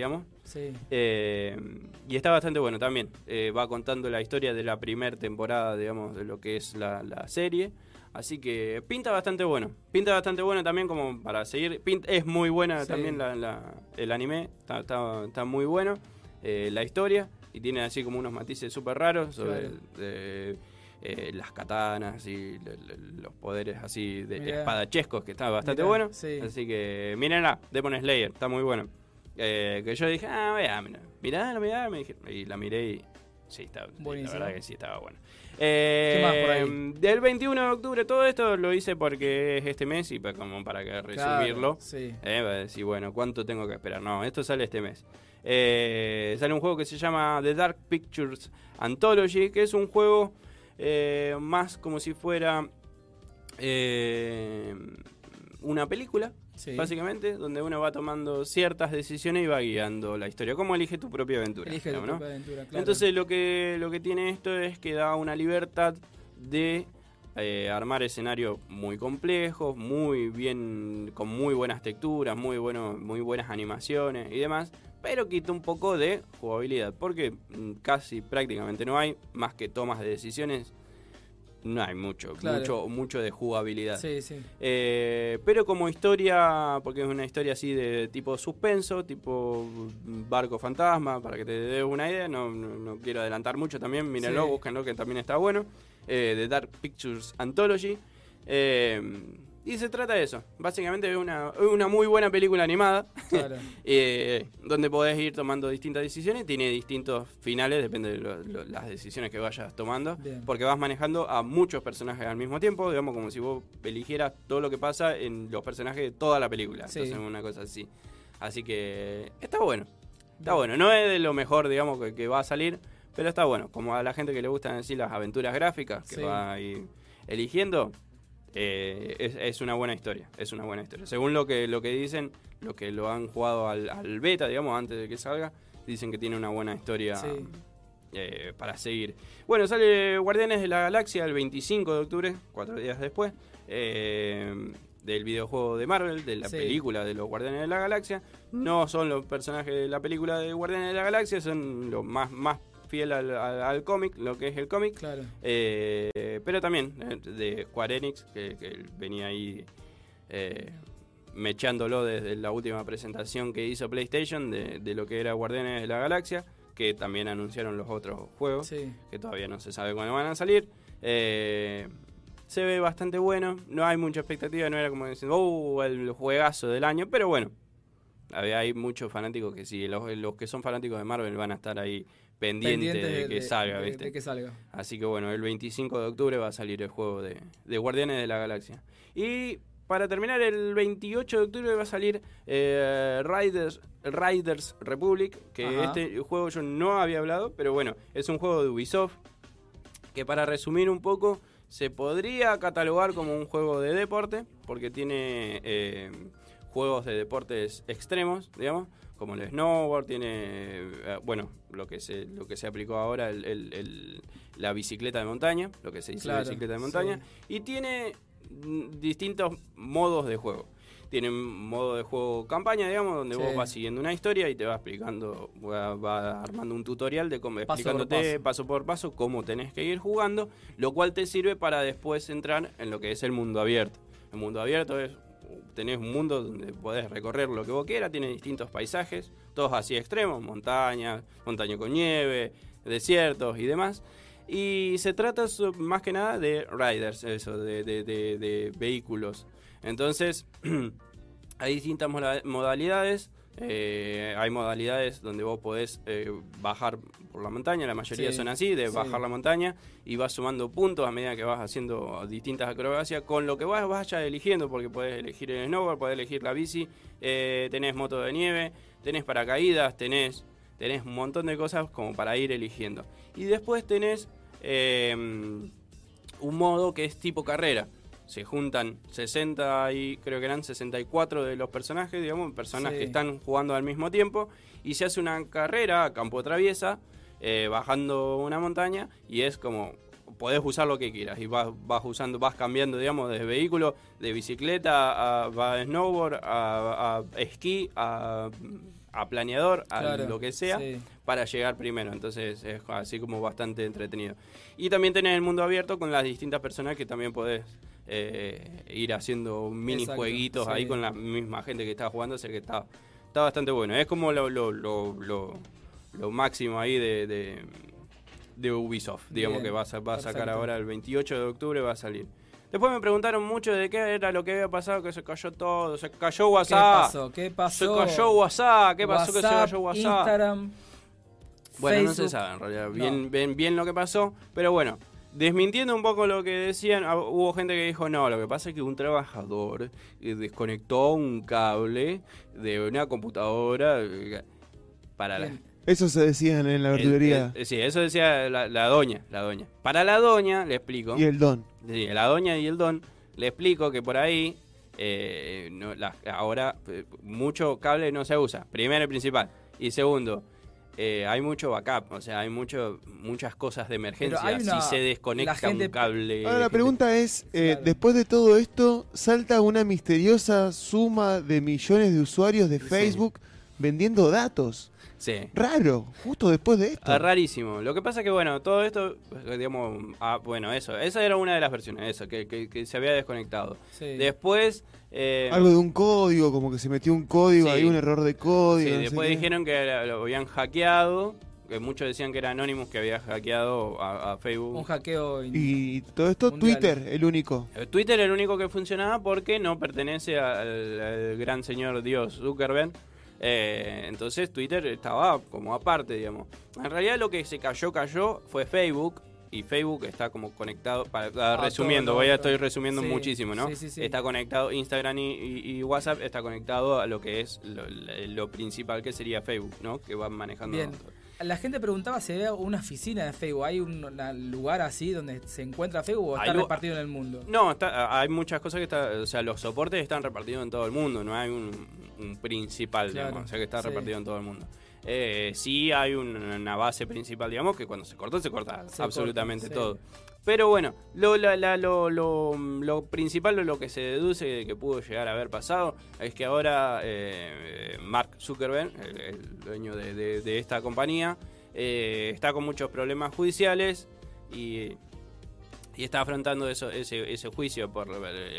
Sí. Y está bastante bueno también. Va contando la historia de la primera temporada, digamos, de lo que es la serie. Así que pinta bastante bueno. Pinta bastante bueno también como para seguir. Es muy buena también el anime. Está muy bueno. La historia. Y tiene así como unos matices súper raros sobre las katanas y los poderes así de espadachescos, que está bastante bueno. Sí. Así que mírenla, Demon Slayer, está muy bueno. Que yo dije, mirá, me dije, y la miré y sí, está buenísimo. La verdad que sí, estaba bueno. ¿Qué más por ahí? Del 21 de octubre, todo esto lo hice porque es este mes y como para que resumirlo. Claro, sí. Va a decir, bueno, ¿cuánto tengo que esperar? No, esto sale este mes. Sale un juego que se llama The Dark Pictures Anthology, que es un juego más como si fuera una película. Sí. Básicamente, donde uno va tomando ciertas decisiones y va guiando la historia. ¿Cómo elige tu propia aventura? Elige tu propia aventura, claro. Entonces lo que tiene esto es que da una libertad de armar escenarios muy complejos, muy bien, con muy buenas texturas, muy buenas animaciones y demás, pero quita un poco de jugabilidad, porque casi prácticamente no hay, más que tomas de decisiones. No hay mucho de jugabilidad. Sí, sí. Pero como historia, porque es una historia así de tipo suspenso, tipo barco fantasma, para que te des una idea, no quiero adelantar mucho también, mírenlo, búsquenlo, que también está bueno. The Dark Pictures Anthology. Y se trata de eso. Básicamente es una muy buena película animada. Claro. Donde podés ir tomando distintas decisiones. Tiene distintos finales, depende de las decisiones que vayas tomando. Bien. Porque vas manejando a muchos personajes al mismo tiempo. Digamos como si vos eligieras todo lo que pasa en los personajes de toda la película. Sí. Entonces una cosa así. Así que está bueno. Está bueno. No es de lo mejor, digamos, que va a salir. Pero está bueno. Como a la gente que le gustan decir las aventuras gráficas que va a ir eligiendo. Es una buena historia, según lo que dicen, lo que lo han jugado al beta, digamos, antes de que salga, dicen que tiene una buena historia para seguir. Bueno, sale Guardianes de la Galaxia el 25 de octubre, 4 días después del videojuego de Marvel, de la película de los Guardianes de la Galaxia. No son los personajes de la película de Guardianes de la Galaxia, son los más fiel al cómic, lo que es el cómic. Claro. Pero también de Square Enix, que venía ahí mechándolo desde la última presentación que hizo PlayStation de lo que era Guardianes de la Galaxia, que también anunciaron los otros juegos, que todavía no se sabe cuándo van a salir. Se ve bastante bueno, no hay mucha expectativa, no era como diciendo, el juegazo del año, pero bueno, hay muchos fanáticos que sí, los que son fanáticos de Marvel van a estar ahí pendiente de que salga, ¿viste? De que salga. Así que bueno, el 25 de octubre va a salir el juego de Guardianes de la Galaxia. Y para terminar, el 28 de octubre va a salir Riders Republic, que este juego yo no había hablado, pero bueno, es un juego de Ubisoft, que para resumir un poco, se podría catalogar como un juego de deporte, porque tiene juegos de deportes extremos, digamos, como el snowboard, tiene, lo que se aplicó ahora, la bicicleta de montaña, lo que se dice la bicicleta de montaña, y tiene distintos modos de juego. Tiene un modo de juego campaña, digamos, donde vos vas siguiendo una historia y te va explicando, va armando un tutorial de cómo, explicándote paso por paso cómo tenés que ir jugando, lo cual te sirve para después entrar en lo que es el mundo abierto. El mundo abierto tenés un mundo donde podés recorrer lo que vos quieras, tiene distintos paisajes, todos así extremos, montaña con nieve, desiertos y demás. Y se trata más que nada de riders, de vehículos. Entonces, hay distintas modalidades. Hay modalidades donde vos podés bajar por la montaña, la mayoría son así, de bajar la montaña, y vas sumando puntos a medida que vas haciendo distintas acrobacias, con lo que vayas eligiendo, porque podés elegir el snowboard, podés elegir la bici, tenés moto de nieve, tenés paracaídas, tenés un montón de cosas como para ir eligiendo. Y después tenés un modo que es tipo carrera. Se juntan 60 y creo que eran 64 de los personajes, digamos, personas que están jugando al mismo tiempo, y se hace una carrera a campo traviesa, bajando una montaña, y es como podés usar lo que quieras y vas cambiando, digamos, de vehículo, de bicicleta a snowboard, a esquí, a a planeador, a Claro, lo que sea, sí. para llegar primero. Entonces es así como bastante entretenido. Y también tenés el mundo abierto con las distintas personas que también podés ir haciendo mini Exacto, jueguitos sí. ahí con la misma gente que está jugando, o sea que está bastante bueno. Es como lo máximo ahí de Ubisoft, digamos. Bien, que va a sacar perfecto. ahora el 28 de octubre, va a salir. Después me preguntaron mucho de qué era lo que había pasado, que se cayó todo, se cayó WhatsApp. ¿Qué pasó? Se cayó WhatsApp, ¿qué pasó que se cayó WhatsApp? Instagram, Bueno, Facebook. no se sabe en realidad bien lo que pasó, pero bueno, desmintiendo un poco lo que decían, hubo gente que dijo, no, lo que pasa es que un trabajador desconectó un cable de una computadora para la... Eso se decía en la verdulería. Sí, eso decía la doña. Para la doña, le explico. Y el don. Sí, la doña y el don, le explico que por ahí ahora mucho cable no se usa, primero y principal. Y segundo, hay mucho backup, o sea, hay muchas cosas de emergencia. Si se desconecta un cable... Ahora la pregunta es, después de todo esto, salta una misteriosa suma de millones de usuarios de Facebook vendiendo datos. Sí. Raro, justo después de esto. Rarísimo. Lo que pasa que, bueno, todo esto, digamos, bueno, esa era una de las versiones, eso, que se había desconectado. Sí. Después... algo de un código, como que se metió un código, Sí. hay un error de código. Sí, no sé después qué. dijeron que lo habían hackeado, que muchos decían que era Anonymous que había hackeado a Facebook. Un hackeo. Y todo esto, mundial. Twitter, el único. Twitter era el único que funcionaba porque no pertenece al gran señor Dios Zuckerberg. Entonces Twitter estaba como aparte, digamos. En realidad lo que se cayó fue Facebook. Y Facebook está como conectado, resumiendo, estoy resumiendo muchísimo, ¿no? Sí. Está conectado, Instagram y WhatsApp está conectado a lo que es lo principal que sería Facebook, ¿no? Que van manejando. Bien. La gente preguntaba si había una oficina de Facebook. ¿Hay un lugar así donde se encuentra Facebook o está repartido en el mundo? No, hay muchas cosas que o sea, los soportes están repartidos en todo el mundo, no hay un principal, Claro, digamos, o sea que está sí. repartido en todo el mundo. Sí hay una base principal, digamos, que cuando se corta absolutamente todo. Pero bueno, lo principal o lo que se deduce de que pudo llegar a haber pasado es que ahora Mark Zuckerberg, el dueño de esta compañía, está con muchos problemas judiciales y está afrontando ese juicio por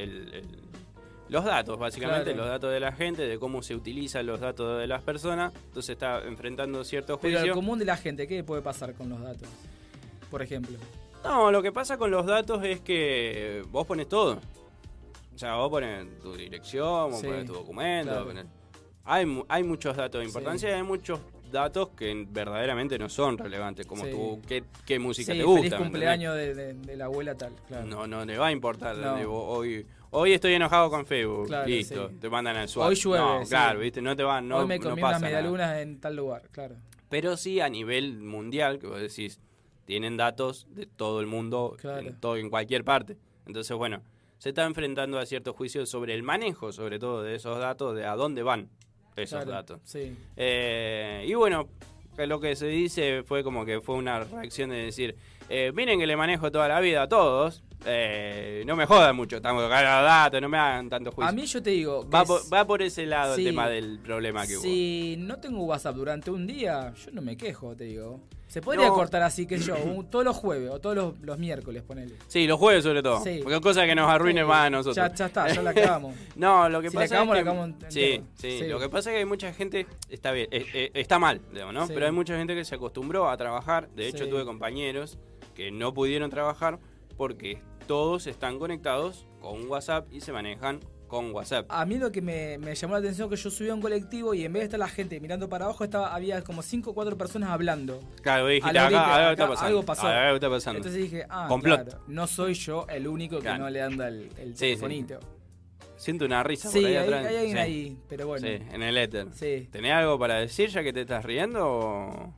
los datos, básicamente, Claro. los datos de la gente, de cómo se utilizan los datos de las personas. Entonces está enfrentando ciertos Pero juicios. al común de la gente, ¿qué puede pasar con los datos? Por ejemplo. No, lo que pasa con los datos es que vos pones todo. O sea, vos pones tu dirección, vos Sí, pones tu documento. claro. Hay muchos datos de importancia, hay muchos datos que verdaderamente no son relevantes, como Sí. qué música Sí, te gusta. feliz ¿me cumpleaños de la abuela tal, claro. No le va a importar. No. Hoy estoy enojado con Facebook. Claro, Listo, sí. te mandan al SWAT. Hoy llueve, No, sí. claro, viste, no te van. Hoy me comí no unas pasa nada. medialunas en tal lugar, claro. Pero sí a nivel mundial, que vos decís, tienen datos de todo el mundo, Claro. en cualquier parte. Entonces, bueno, se está enfrentando a ciertos juicios sobre el manejo, sobre todo, de esos datos, de a dónde van esos Claro, datos. sí. Y bueno, que lo que se dice fue como que fue una reacción de decir, miren que le manejo toda la vida a todos, no me jodan mucho, estamos tocando los datos, no me hagan tanto juicio. A mí yo te digo... Va por ese lado Sí. el tema del problema que hubo. Si no tengo WhatsApp durante un día, yo no me quejo, te digo. Se podría No. cortar así que yo, todos los jueves o todos los miércoles, ponele. Sí, los jueves sobre todo. Sí. Porque es cosa que nos arruine Sí. más a nosotros. Ya está, ya la acabamos. No, lo que Si pasa la acabamos, es que... la acabamos sí, entera. sí, Sí. lo que pasa es que hay mucha gente... Está bien, está mal, digamos, ¿no? Sí. Pero hay mucha gente que se acostumbró a trabajar. De hecho, Sí. tuve compañeros que no pudieron trabajar porque todos están conectados con WhatsApp y se manejan con WhatsApp. A mí lo que me llamó la atención es que yo subí a un colectivo y en vez de estar la gente mirando para abajo, había como 5 o 4 personas hablando. Claro, dijiste, A la orilla, acá está acá pasando. algo pasó. Algo está pasando. Entonces dije, Complot. claro, no soy yo el único que Claro. no le anda el Sí, telefonito. Siento una risa Sí, por ahí hay atrás. alguien Sí. ahí, pero bueno. Sí, en el éter. Sí. ¿Tenés algo para decir ya que te estás riendo o...?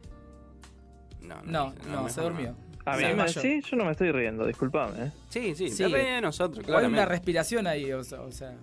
No, se mejor durmió. A mí sí, yo no me estoy riendo, disculpame. Sí, Sí. te reí de nosotros, O hay claramente. una respiración ahí, o sea.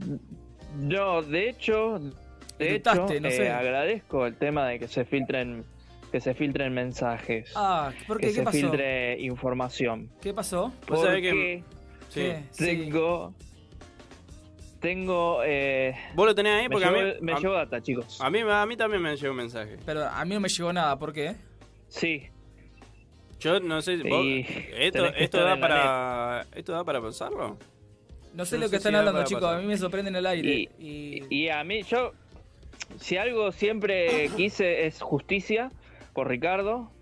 Yo, de hecho, Eructaste, no sé. agradezco el tema de que se filtren mensajes. Ah, ¿por qué? Que ¿Qué se pasó? filtre información. ¿qué pasó? Vos sabés Porque que... Sí. Sí. tengo... ¿Vos lo tenés ahí? Porque me llegó data, chicos. A mí también me llegó un mensaje. Pero a mí no me llegó nada, ¿por qué? Sí. Yo no sé, ¿esto da para pensarlo? No sé lo que están hablando, chicos, a mí me sorprende en el aire. Y a mí, si algo siempre quise es justicia por Ricardo,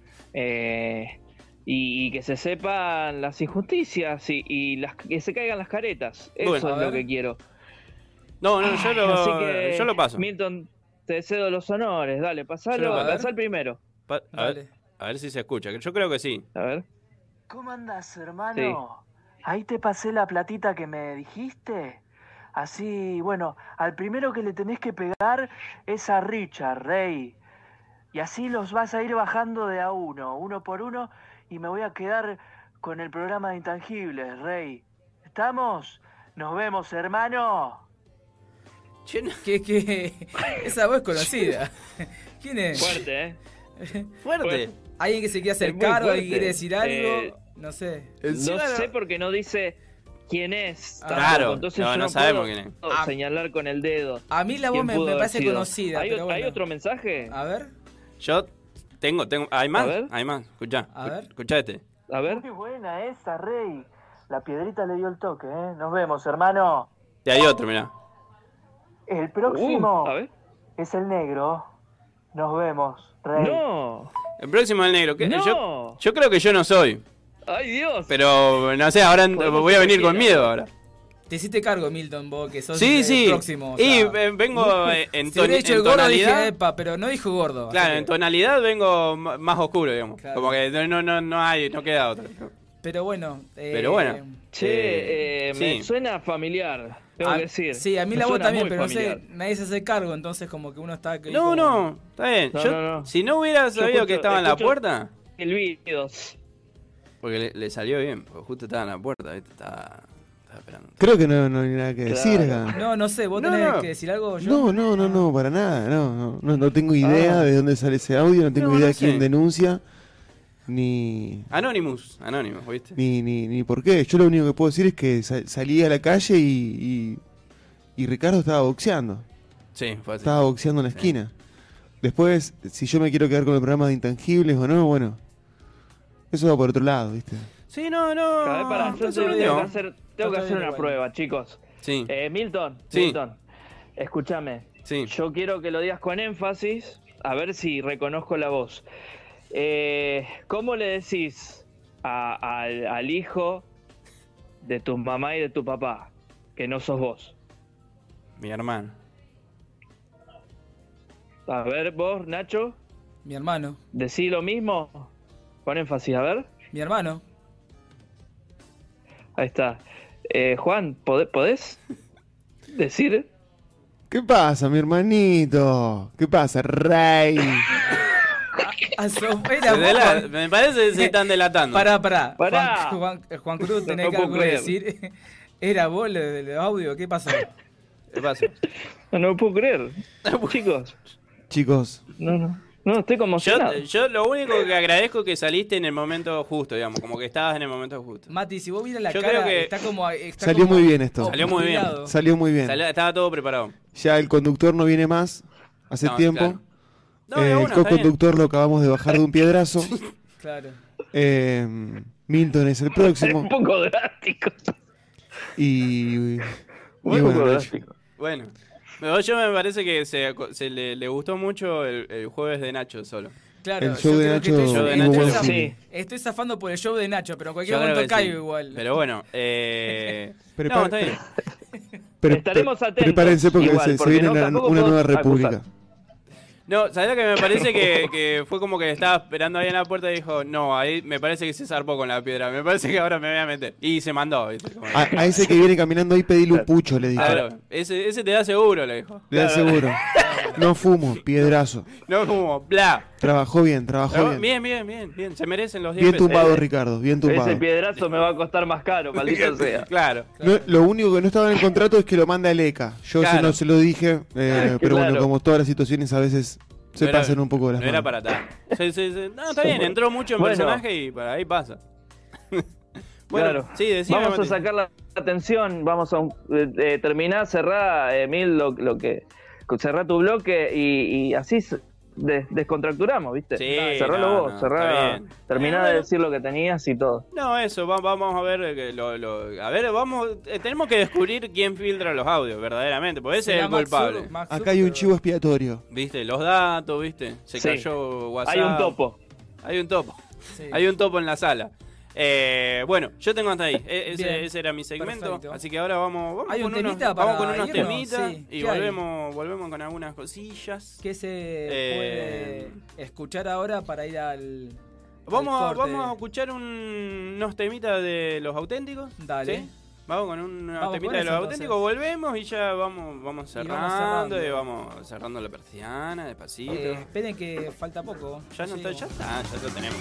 y que se sepan las injusticias y que se caigan las caretas. Eso es lo que quiero. No, yo lo paso. Milton, te cedo los honores, dale, pasalo, pasá el primero. A ver si se escucha, yo creo que sí. A ver. ¿Cómo andás, hermano? Sí. Ahí te pasé la platita que me dijiste. Así, bueno, al primero que le tenés que pegar es a Richard, Rey. Y así los vas a ir bajando de a uno por uno, y me voy a quedar con el programa de Intangibles, Rey. ¿Estamos? Nos vemos, hermano. ¿Qué? Esa voz es conocida. ¿Quién es? Fuerte, ¿eh? Fuerte. ¿Alguien que se quiere acercar o alguien que quiere decir algo? No sé. No sé porque no dice quién es. Claro, entonces yo no sabemos quién es. Señalar con el dedo. A mí la voz me parece conocida. ¿Hay otro mensaje? A ver. Yo tengo. ¿Hay más? A ver. Hay más. Escuchá. A ver. Escuchá este. A ver. Muy buena esa, Rey. La piedrita le dio el toque, ¿eh? Nos vemos, hermano. Y hay otro, mirá. El próximo a ver. es el negro. Nos vemos, Rey. No. El próximo es el negro. No. Yo creo que yo no soy. ¡Ay, Dios! Pero, no sé, ahora voy a venir con miedo ahora. Te hiciste cargo, Milton, vos, que sos el próximo. Y vengo en si hubiera dicho el gordo, dije, epa, pero no dijo gordo. Claro, en tonalidad vengo más oscuro, digamos. Claro. Como que no queda otra. Pero bueno. Me suena familiar, tengo que decir. Sí, a mí la voz también, pero familiar. No sé, nadie se hace cargo, entonces como que uno está... No, está bien. Si no hubiera sabido que estaba en la puerta... El video. Porque le salió bien, porque justo estaba en la puerta, ¿viste? Estaba esperando. Creo que no hay nada que decir acá. No sé, vos tenés que decir algo. ¿Yo? No, para nada. No tengo idea de dónde sale ese audio, no tengo idea de quién denuncia, ni... Anonymous, ¿viste? Ni por qué. Yo lo único que puedo decir es que salí a la calle y Ricardo estaba boxeando. Sí, fue así. Estaba boxeando en la esquina. Después, si yo me quiero quedar con el programa de Intangibles o no, bueno, eso va por otro lado, ¿viste? Sí, no. Yo tengo que hacer una prueba, chicos. Sí. Milton, escúchame. Sí. Yo quiero que lo digas con énfasis, a ver si reconozco la voz. ¿Cómo le decís al hijo de tu mamá y de tu papá que no sos vos? Mi hermano. A ver, vos, Nacho. Mi hermano. ¿Decí lo mismo? Con énfasis, a ver. Mi hermano. Ahí está. Juan, ¿podés decir? ¿Qué pasa, mi hermanito? ¿Qué pasa, Rey? Me parece que se están delatando. Pará. Juan Cruz, tenés que algo que decir. ¿Era vos el audio? ¿Qué pasó? ¿Qué pasó? No puedo creer. Chicos. No, estoy conmocionado. Yo lo único que agradezco es que saliste en el momento justo, digamos, como que estabas en el momento justo. Mati, si vos miras la cara, que está como... Salió muy bien esto. Salió muy bien. Estaba Estaba todo preparado. Ya el conductor no viene más, hace tiempo. Claro. El co-conductor lo acabamos de bajar de un piedrazo. Claro. Milton es el próximo. Un poco drástico. Y bueno. Yo me parece que le gustó mucho el jueves de Nacho solo. Claro, el show de Nacho. Estoy zafando por el show de Nacho, pero en cualquier momento caigo igual. Pero bueno, está bien. Estaremos atentos. Prepárense porque se viene una nueva república. No, ¿sabés lo que me parece? Que fue como que estaba esperando ahí en la puerta y dijo, no, ahí me parece que se zarpó con la piedra, me parece que ahora me voy a meter. Y se mandó, ¿viste? A ese que viene caminando ahí pedile un pucho, le dijo. Claro, ese te da seguro, le dijo. Le da seguro. No fumo, piedrazo. No fumo, bla. Trabajó bien. Bien. Se merecen los 10 Bien tumbado, Ricardo, bien tumbado. Ese piedrazo me va a costar más caro, maldito sea. Claro. No, lo único que no estaba en el contrato es que lo manda el ECA. Yo no se lo dije, pero bueno, como todas las situaciones a veces se pasan un poco de las manos. No era para tal. No, está bien, entró mucho en personaje y para ahí pasa. Bueno, sí, decime, vamos a sacar la atención, vamos a terminar, cerrar, Emil, lo que cerrá tu bloque y así descontracturamos, ¿viste? Sí, cerralo vos, terminá de decir lo que tenías y todo. No, eso, vamos a ver, tenemos que descubrir quién filtra los audios, verdaderamente, porque ese es el culpable. Acá hay un chivo expiatorio. ¿Viste? Los datos, ¿viste? Se cayó WhatsApp. Hay un topo. Sí. Hay un topo en la sala. Bueno, yo tengo hasta ahí. Ese era mi segmento. Perfecto. Así que ahora vamos ¿Hay con un temita para vamos con unos irnos? temitas Sí. y ¿Qué hay? volvemos con algunas cosillas. ¿Qué se puede escuchar ahora para ir al Vamos a escuchar unos temitas de Los Auténticos. Dale. ¿Sí? Vamos con unos Vamos temitas con de eso, Los Auténticos, volvemos y ya vamos cerrando cerrando. y vamos cerrando la persiana despacito. Esperen que falta poco. Ya lo tenemos.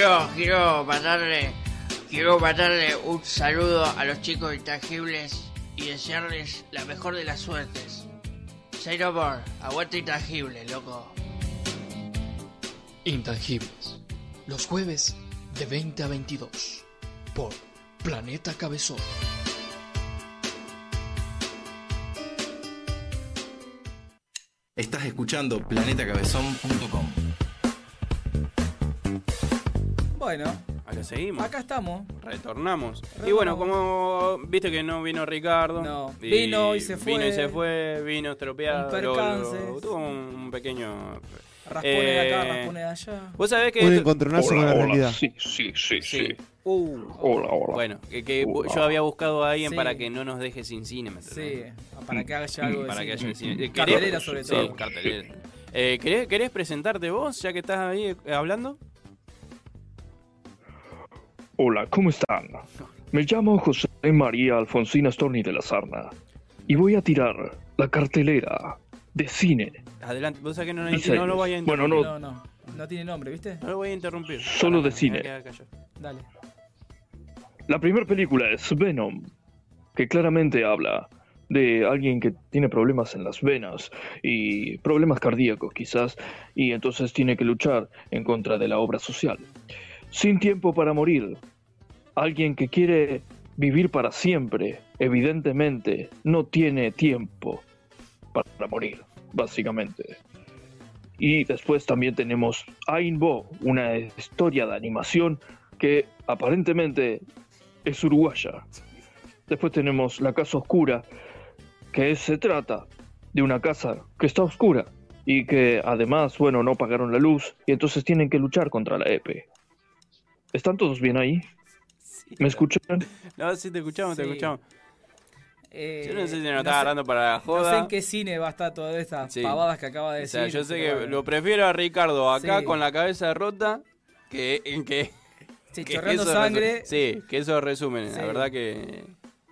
quiero mandarle un saludo a los chicos intangibles y desearles la mejor de las suertes. Say no more, aguante Intangible, loco. Intangibles, los jueves de 20 a 22 por Planeta Cabezón. Estás escuchando planetacabezón.com. Bueno, acá seguimos. Acá estamos. Retornamos. Y bueno, como viste que no vino Ricardo. No, vino y se fue. Vino estropeado. Un percance. Tuvo un pequeño... Raspone de acá, raspone de allá. Vos sabés que... Un encontronazo con la realidad. Sí. Hola. Bueno, que yo había buscado a alguien para que no nos deje sin cine, ¿me entendés? Sí, para que haya algo de para cine. que haya cine. Cartelera sobre todo. Sí, cartelera. ¿Querés presentarte vos, ya que estás ahí hablando? Hola, ¿cómo están? Me llamo José María Alfonsina Storni de la Sarna y voy a tirar la cartelera de cine. Adelante, vos sabés que no lo voy a interrumpir. Bueno, no tiene nombre, ¿viste? No lo voy a interrumpir. Solo de cine. Dale. La primera película es Venom, que claramente habla de alguien que tiene problemas en las venas y problemas cardíacos quizás, y entonces tiene que luchar en contra de la obra social. Sin tiempo para morir, alguien que quiere vivir para siempre, evidentemente no tiene tiempo para morir, básicamente. Y después también tenemos Ain Bo, una historia de animación que aparentemente es uruguaya. Después tenemos La Casa Oscura, que se trata de una casa que está oscura y que además, no pagaron la luz y entonces tienen que luchar contra la EPE. ¿Están todos bien ahí? Sí, ¿Me escuchan? No, sí, te escuchamos. Yo no sé si nos está agarrando para la joda. No sé en qué cine va a estar todas esas pavadas que acaba de decir. O sea, yo sé que lo prefiero a Ricardo acá con la cabeza rota que en que... Sí, chorreando sangre. Sí, que eso resumen. La verdad que...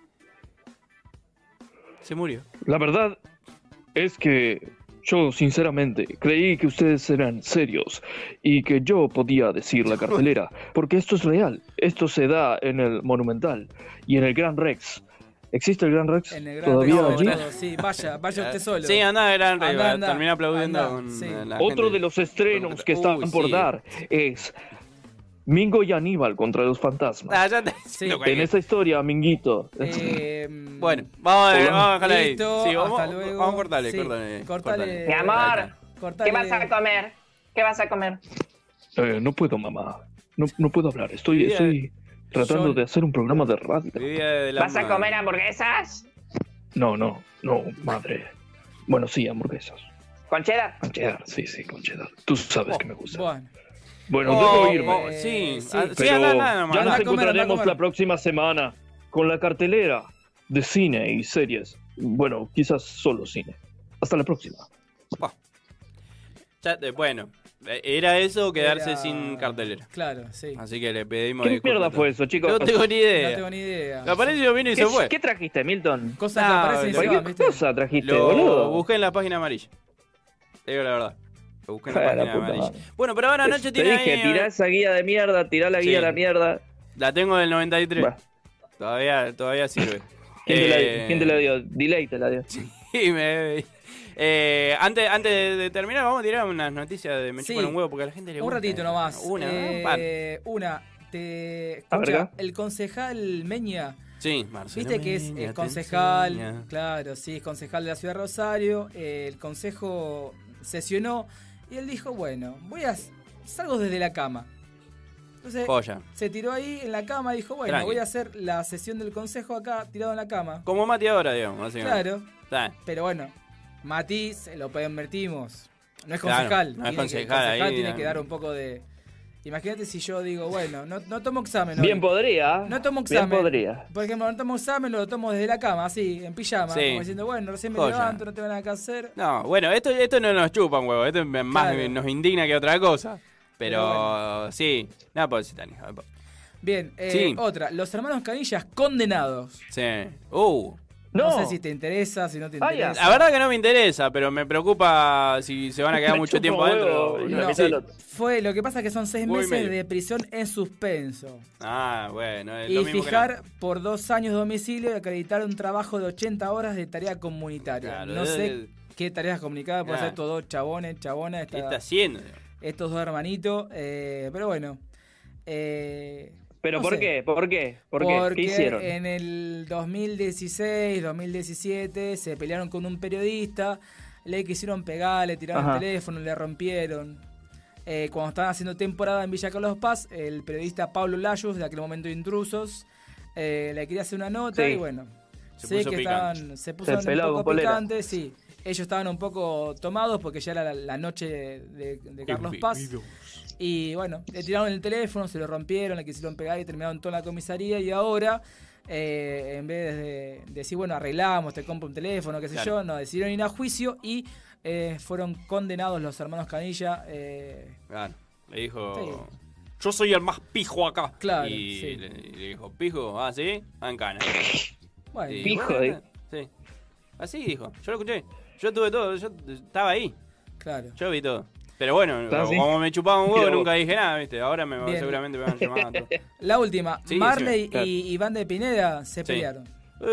Se murió. La verdad es que yo sinceramente creí que ustedes eran serios y que yo podía decir la cartelera, porque esto es real. Esto se da en el Monumental y en el Gran Rex. ¿Existe el Gran Rex? En el Gran ¿Todavía Rex, allí? Sí, vaya usted solo. Sí, anda, Gran Rex. Termina aplaudiendo con la Otro gente. de los estrenos que están por dar es Mingo y Aníbal contra los fantasmas. En esta historia, Minguito. Bueno, vamos a dejarla ahí. Listo, Sí, hasta luego. Vamos a cortarle, Sí, cortale. Mi amor, ¿qué vas a comer? ¿Qué vas a comer? No puedo, mamá. No puedo hablar. Estoy tratando de hacer un programa de radio. ¿Vas a comer hamburguesas? No, madre. Bueno, sí, hamburguesas. ¿Con cheddar? Con cheddar, sí, con cheddar. Tú sabes que me gusta. Bueno, debo irme. Pero ya nos encontraremos la próxima semana con la cartelera de cine y series. Bueno, quizás solo cine. Hasta la próxima. Bueno, ¿era eso o quedarse sin cartelera? Claro, sí. Así que le pedimos ¿Qué mierda fue eso, chicos? No tengo ni idea. No tengo ni idea. Me apareció, vino y se fue. ¿Qué trajiste, Milton? Cosas que aparecen y se van, ¿viste? ¿Qué cosa trajiste, Lo boludo? busqué en la página amarilla. Te digo la verdad. Lo busqué en la página amarilla. Bueno, pero ahora anoche te dije, tirá esa guía de mierda, tirá la guía de la mierda. La tengo del 93. Todavía sirve. ¿Quién te la dio? Delay te la dio. Sí, antes de terminar, vamos a tirar unas noticias de Me chupan un huevo porque a la gente le gusta. Un ratito nomás. Escucha, el concejal Meña. Sí, Marcelo Viste que Meña, es concejal. Claro, sí, es concejal de la ciudad de Rosario. El consejo sesionó y él dijo, bueno, salgo desde la cama. Entonces se tiró ahí en la cama y dijo, bueno, voy a hacer la sesión del consejo acá tirado en la cama. Como Mati ahora, digamos, básicamente. Claro. Pero bueno, Mati se lo invertimos. No es concejal. No es concejal. Tiene que dar un poco de... Imagínate si yo digo, bueno, no tomo examen. Bien podría. No tomo examen. Bien podría. Por ejemplo, no tomo examen, lo tomo desde la cama, así, en pijama. Como diciendo, bueno, recién me levanto, no tengo nada que hacer. No, bueno, esto no nos chupa un huevo. Esto más nos indigna que otra cosa. Pero bueno. Sí, nada por decir tan hijo. Bien, otra. Los hermanos Canillas condenados. Sí. No sé si te interesa, si no te interesa. La verdad que no me interesa, pero me preocupa si se van a quedar mucho tiempo adentro. Lo que pasa es que son 6 meses de prisión en suspenso. Bueno. Es y lo mismo fijar por 2 años de domicilio y acreditar un trabajo de 80 horas de tarea comunitaria. Claro, no sé qué tareas comunicadas pueden hacer estos 2 chabones, chabonas. ¿Qué está haciendo? Estos 2 hermanitos. Pero bueno. ¿Pero por qué? Porque ¿Qué hicieron? En el 2016, 2017 se pelearon con un periodista, le quisieron pegar, le tiraron el teléfono, le rompieron. Cuando estaban haciendo temporada en Villa Carlos Paz, el periodista Pablo Layus, de aquel momento de Intrusos, le quería hacer una nota y bueno, se puso un poco picante, sí. Ellos estaban un poco tomados porque ya era la noche de Carlos Paz. Y bueno, le tiraron el teléfono, se lo rompieron, le quisieron pegar y terminaron toda la comisaría. Y ahora, en vez de decir, bueno, arreglamos, te compro un teléfono, qué sé yo, no, decidieron ir a juicio y fueron condenados los hermanos Canilla. Claro, le dijo, yo soy el más pijo acá. Claro, y le dijo, pijo, ¿sí? En cana. Bueno, pijo, sí. Así dijo, yo lo escuché. Yo tuve todo, yo estaba ahí. Claro. Yo vi todo. Pero bueno, como me chupaba un huevo, nunca dije nada, ¿viste? Ahora seguramente me van a llamar todo. La última, Marley y Iván de Pineda se pelearon.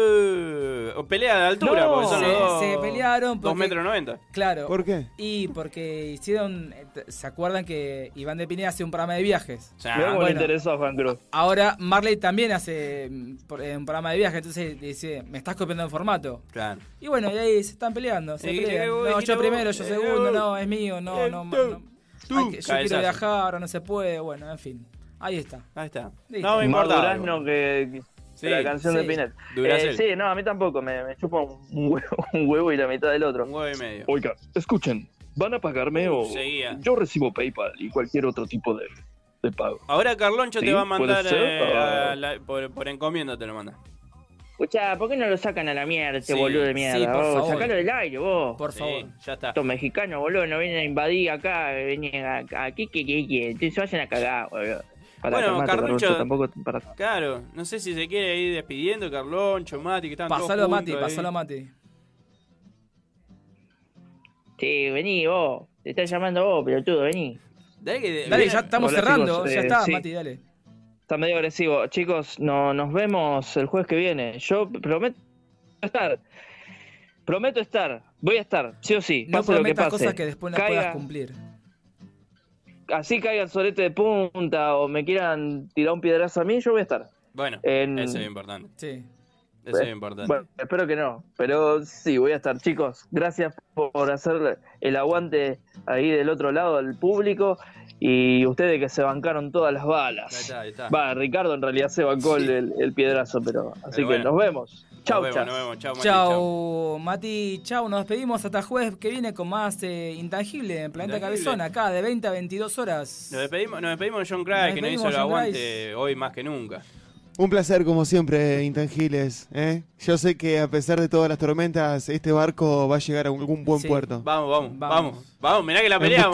Pelea de altura, porque son los dos. Se pelearon. 2,90 metros. Claro. ¿Por qué? Y porque hicieron. ¿Se acuerdan que Iván de Pineda hace un programa de viajes? Luego le interesó a Juan Cruz. Ahora Marley también hace un programa de viajes, entonces dice, me estás copiando en formato. Claro. Y bueno, y ahí se están peleando. No, yo primero, yo segundo, no, es mío, no. Yo quiero viajar, ahora no se puede, bueno, en fin. Ahí está. Listo. No me importa. Más Durazno que la canción de Pinet. Sí, no, a mí tampoco. Me chupa un huevo y la mitad del otro. Un huevo y medio. Oiga, escuchen. ¿Van a pagarme o yo recibo PayPal y cualquier otro tipo de pago? Ahora Carloncho te va a mandar por encomienda, te lo manda. Escuchá, ¿por qué no lo sacan a la mierda, este boludo de mierda? Sí, por favor. Sacalo del aire, vos. Por favor. Ya está. Estos mexicanos, boludo, no vienen a invadir acá, vienen aquí, que se vayan a cagar, boludo. Bueno, Carloncho, claro, no sé si se quiere ir despidiendo, Carloncho, Mati, que están pasalo todos juntos. Pasalo a Mati. Sí, vení vos, te estás llamando vos, pelotudo, vení. Dale, ya estamos cerrando, chicos, ya está, Mati, dale. Está medio agresivo. Chicos, nos vemos el jueves que viene. Yo prometo estar. Voy a estar, sí o sí. No pase lo que pase. Cosas que después no puedas cumplir. Así caiga el solete de punta o me quieran tirar un piedrazo a mí, yo voy a estar. Bueno, eso es importante. Sí. Eso es importante. Bueno, espero que no, pero sí, voy a estar. Chicos, gracias por hacer el aguante ahí del otro lado del público. Y ustedes que se bancaron todas las balas. Ahí está. Va, Ricardo en realidad se bancó el piedrazo, pero así que nos vemos. Chau, nos vemos. Chau, Mati. Chau, nos despedimos hasta jueves que viene con más Intangible en Planeta Cabezón, acá de 20 a 22 horas. Nos despedimos de John Cry, que nos hizo el aguante hoy más que nunca. Un placer, como siempre, Intangibles. Yo sé que a pesar de todas las tormentas, este barco va a llegar a algún buen puerto. Vamos, mirá que la peleamos.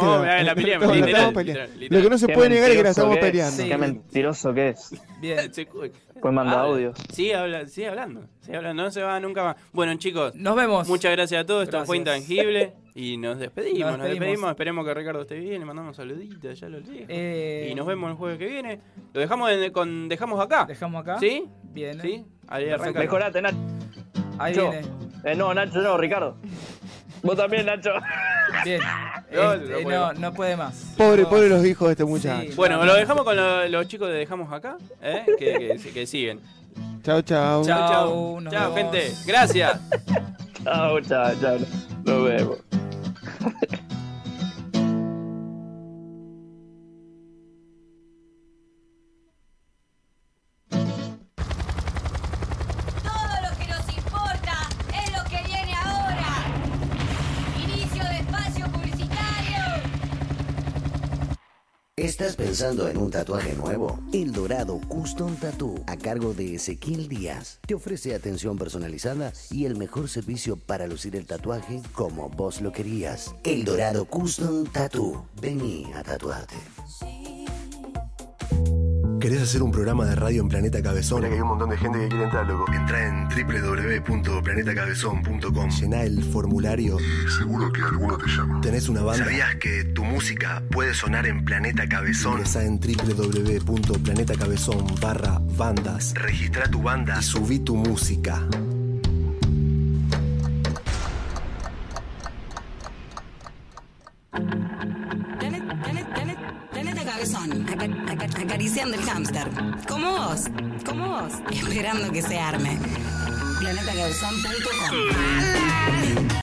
Lo que no se puede negar es que la estamos peleando. Qué mentiroso que es. Bien. Pues manda audio. Sigue hablando. No se va nunca más. Bueno, chicos, nos vemos. Muchas gracias a todos. Esto fue Intangible. Y nos despedimos. Esperemos que Ricardo esté bien. Le mandamos saluditos, ya lo dejo. Y nos vemos el jueves que viene. Lo dejamos dejamos acá. ¿Sí? Bien. ¿Sí? Ahí arranca. Mejorate, Nacho. Ahí viene. No, Nacho, no, Ricardo. Vos también, Nacho. Bien. No puede más. Pobre los hijos de este muchacho. Sí, bueno, lo dejamos con los chicos de Dejamos Acá. Que siguen. Chau. Chau, gente. Gracias. Chau. Nos vemos. ¿Estás pensando en un tatuaje nuevo? El Dorado Custom Tattoo, a cargo de Ezequiel Díaz, te ofrece atención personalizada y el mejor servicio para lucir el tatuaje como vos lo querías. El Dorado Custom Tattoo. Vení a tatuarte. ¿Querés hacer un programa de radio en Planeta Cabezón? Mira que hay un montón de gente que quiere entrar, loco. Entrá en www.planetacabezón.com. Llená el formulario y seguro que alguno te llama. ¿Tenés una banda? ¿Sabías que tu música puede sonar en Planeta Cabezón? Ingresá en www.planetacabezón.com/bandas. Registrá tu banda y subí tu música. Planeta Cabezón, acariciando el hámster. Como vos, esperando que se arme. planetacabezón.com.